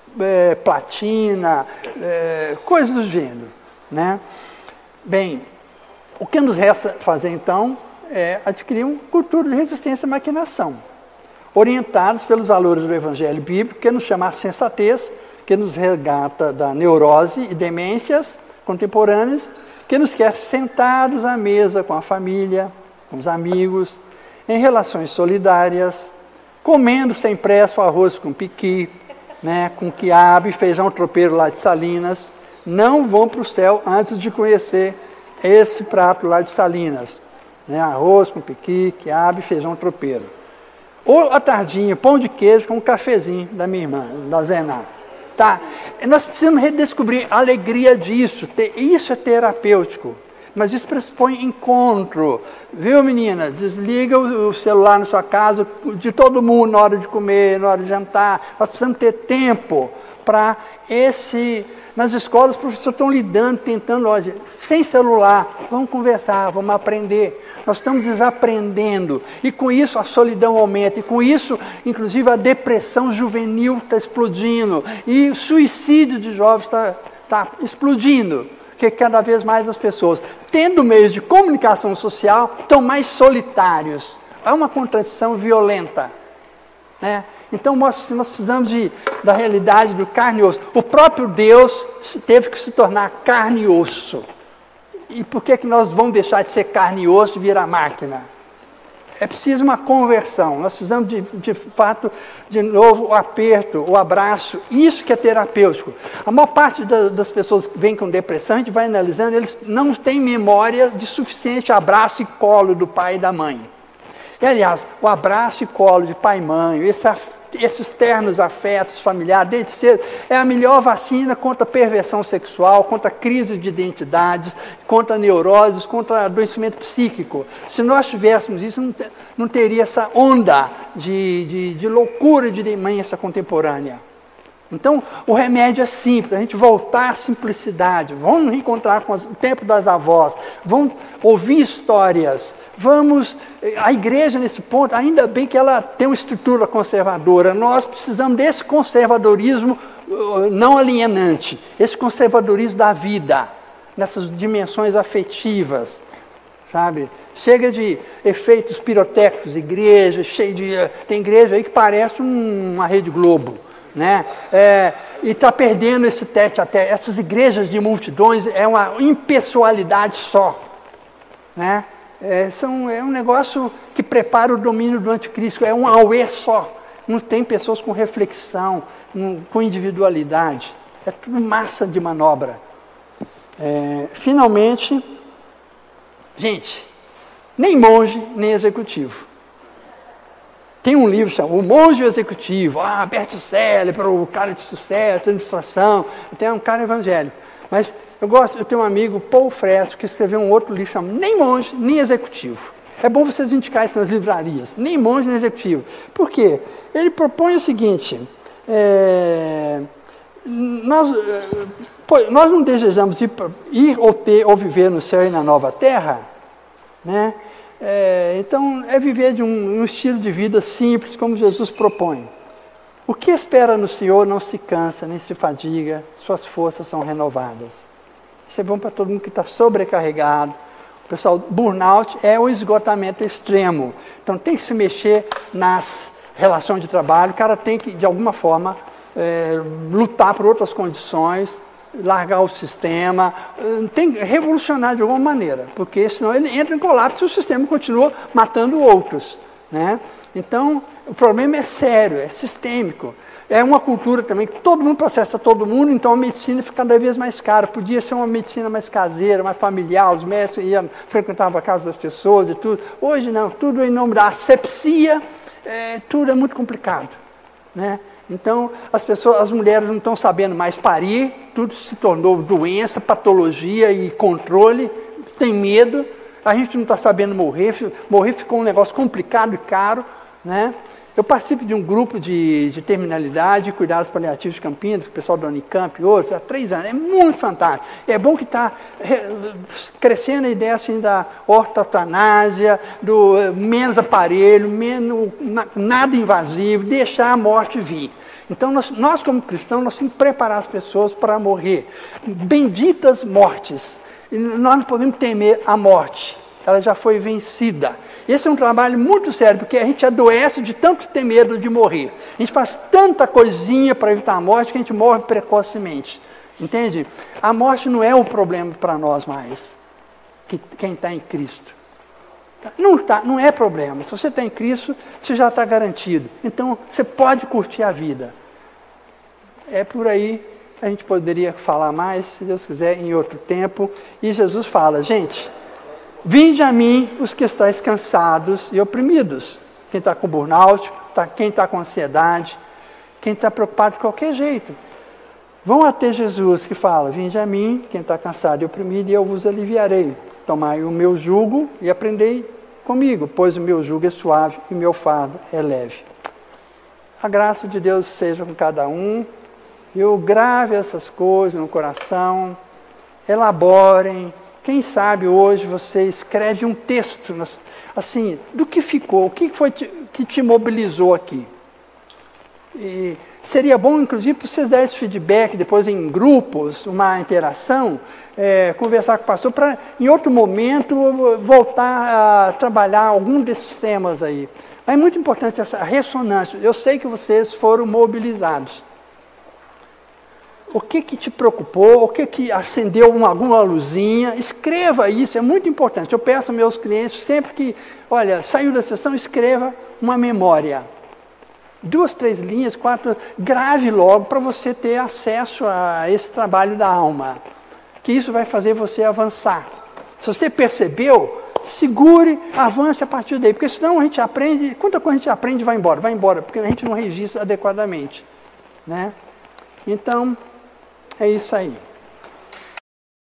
platina, coisas do gênero, né? Bem, o que nos resta fazer então é adquirir uma cultura de resistência à maquinação, orientados pelos valores do Evangelho Bíblico, que nos chama a sensatez, que nos resgata da neurose e demências contemporâneas, que nos quer sentados à mesa com a família, com os amigos, em relações solidárias, comendo sem pressa o arroz com piqui, né, com quiabo e feijão tropeiro lá de Salinas. Não vão para o céu antes de conhecer esse prato lá de Salinas, né, arroz com piqui, quiabo e feijão tropeiro. Ou à tardinha, pão de queijo com um cafezinho da minha irmã, da Zená. Tá? Nós precisamos redescobrir a alegria disso. Isso é terapêutico. Mas isso pressupõe encontro. Viu, menina? Desliga o celular na sua casa, de todo mundo, na hora de comer, na hora de jantar. Nós precisamos ter tempo para esse... Nas escolas, os professores estão lidando, tentando, olha, sem celular, vamos conversar, vamos aprender. Nós estamos desaprendendo. E com isso a solidão aumenta. E com isso, inclusive, a depressão juvenil está explodindo. E o suicídio de jovens está explodindo. Porque cada vez mais as pessoas, tendo meios de comunicação social, estão mais solitários. É uma contradição violenta, né? Então nós precisamos da realidade do carne e osso. O próprio Deus teve que se tornar carne e osso. E por que nós vamos deixar de ser carne e osso e virar máquina? É preciso uma conversão. Nós precisamos, de fato, de novo, o aperto, o abraço. Isso que é terapêutico. A maior parte das pessoas que vêm com depressão, a gente vai analisando, eles não têm memória de suficiente abraço e colo do pai e da mãe. E, aliás, o abraço e colo de pai e mãe, esses ternos afetos familiares, desde cedo, é a melhor vacina contra a perversão sexual, contra a crise de identidades, contra neuroses, contra adoecimento psíquico. Se nós tivéssemos isso, não teria essa onda de loucura de demência contemporânea. Então, o remédio é simples, a gente voltar à simplicidade, vamos reencontrar com o tempo das avós, vamos ouvir histórias, a igreja nesse ponto, ainda bem que ela tem uma estrutura conservadora, nós precisamos desse conservadorismo não alienante, esse conservadorismo da vida, nessas dimensões afetivas, sabe? Chega de efeitos pirotécnicos, igreja, tem igreja aí que parece uma Rede Globo, né? E está perdendo esse tete a tete. Essas igrejas de multidões é uma impessoalidade só, né? É um negócio que prepara o domínio do anticristo, é um auê só. Não tem pessoas com reflexão, com individualidade. É tudo massa de manobra. Finalmente, gente, nem monge, nem executivo. Tem um livro chamado O Monge Executivo, best-seller para o cara de sucesso, administração, tem um cara evangélico. Mas eu tenho um amigo, Paul Fresco, que escreveu um outro livro chamado Nem Monge, Nem Executivo. É bom vocês indicarem isso nas livrarias, nem monge, nem executivo. Por quê? Ele propõe o seguinte, nós não desejamos ir ou viver no céu e na nova terra, né? Então, é viver de um estilo de vida simples, como Jesus propõe. O que espera no Senhor não se cansa, nem se fadiga, suas forças são renovadas. Isso é bom para todo mundo que está sobrecarregado. O pessoal, burnout é o esgotamento extremo. Então, tem que se mexer nas relações de trabalho. O cara tem que, de alguma forma, lutar por outras condições, largar o sistema, tem que revolucionar de alguma maneira, porque senão ele entra em colapso e o sistema continua matando outros, né? Então, o problema é sério, é sistêmico. É uma cultura também que todo mundo processa todo mundo, então a medicina fica cada vez mais cara. Podia ser uma medicina mais caseira, mais familiar, os médicos frequentavam a casa das pessoas e tudo. Hoje não, tudo em nome da asepsia, tudo é muito complicado, né? Então, as mulheres não estão sabendo mais parir, tudo se tornou doença, patologia e controle, tem medo, a gente não está sabendo morrer ficou um negócio complicado e caro, né? Eu participo de um grupo de terminalidade e cuidados paliativos de Campinas, o pessoal da Unicamp e outros, há 3 anos, é muito fantástico. É bom que está crescendo a ideia assim, da ortotanásia, do menos aparelho, nada invasivo, deixar a morte vir. Então, nós como cristãos, nós temos que preparar as pessoas para morrer. Benditas mortes. Nós não podemos temer a morte. ela já foi vencida. Esse é um trabalho muito sério, porque a gente adoece de tanto ter medo de morrer. A gente faz tanta coisinha para evitar a morte que a gente morre precocemente. Entende? A morte não é um problema para nós mais, quem está em Cristo. Não é problema. Se você está em Cristo, você já está garantido. Então, você pode curtir a vida. É por aí, a gente poderia falar mais, se Deus quiser, em outro tempo. E Jesus fala, gente, vinde a mim os que estáis cansados e oprimidos. Quem está com burnout, quem está com ansiedade, quem está preocupado de qualquer jeito. Vão até Jesus que fala, vinde a mim, quem está cansado e oprimido, e eu vos aliviarei. Tomai o meu jugo e aprendei comigo, pois o meu jugo é suave e o meu fardo é leve. A graça de Deus seja com cada um. Eu grave essas coisas no coração, elaborem. Quem sabe hoje você escreve um texto, assim, do que ficou, o que foi que te mobilizou aqui. E seria bom, inclusive, para vocês darem esse feedback depois em grupos, uma interação, conversar com o pastor, para em outro momento voltar a trabalhar algum desses temas aí. Mas é muito importante essa ressonância. Eu sei que vocês foram mobilizados. O que te preocupou? O que acendeu alguma luzinha? Escreva isso, é muito importante. Eu peço aos meus clientes sempre que, olha, saiu da sessão, escreva uma memória. 2, 3 linhas, 4, grave logo para você ter acesso a esse trabalho da alma. Que isso vai fazer você avançar. Se você percebeu, segure, avance a partir daí. Porque senão a gente aprende, quanta coisa a gente aprende e vai embora, porque a gente não registra adequadamente. Né? Então, é isso aí.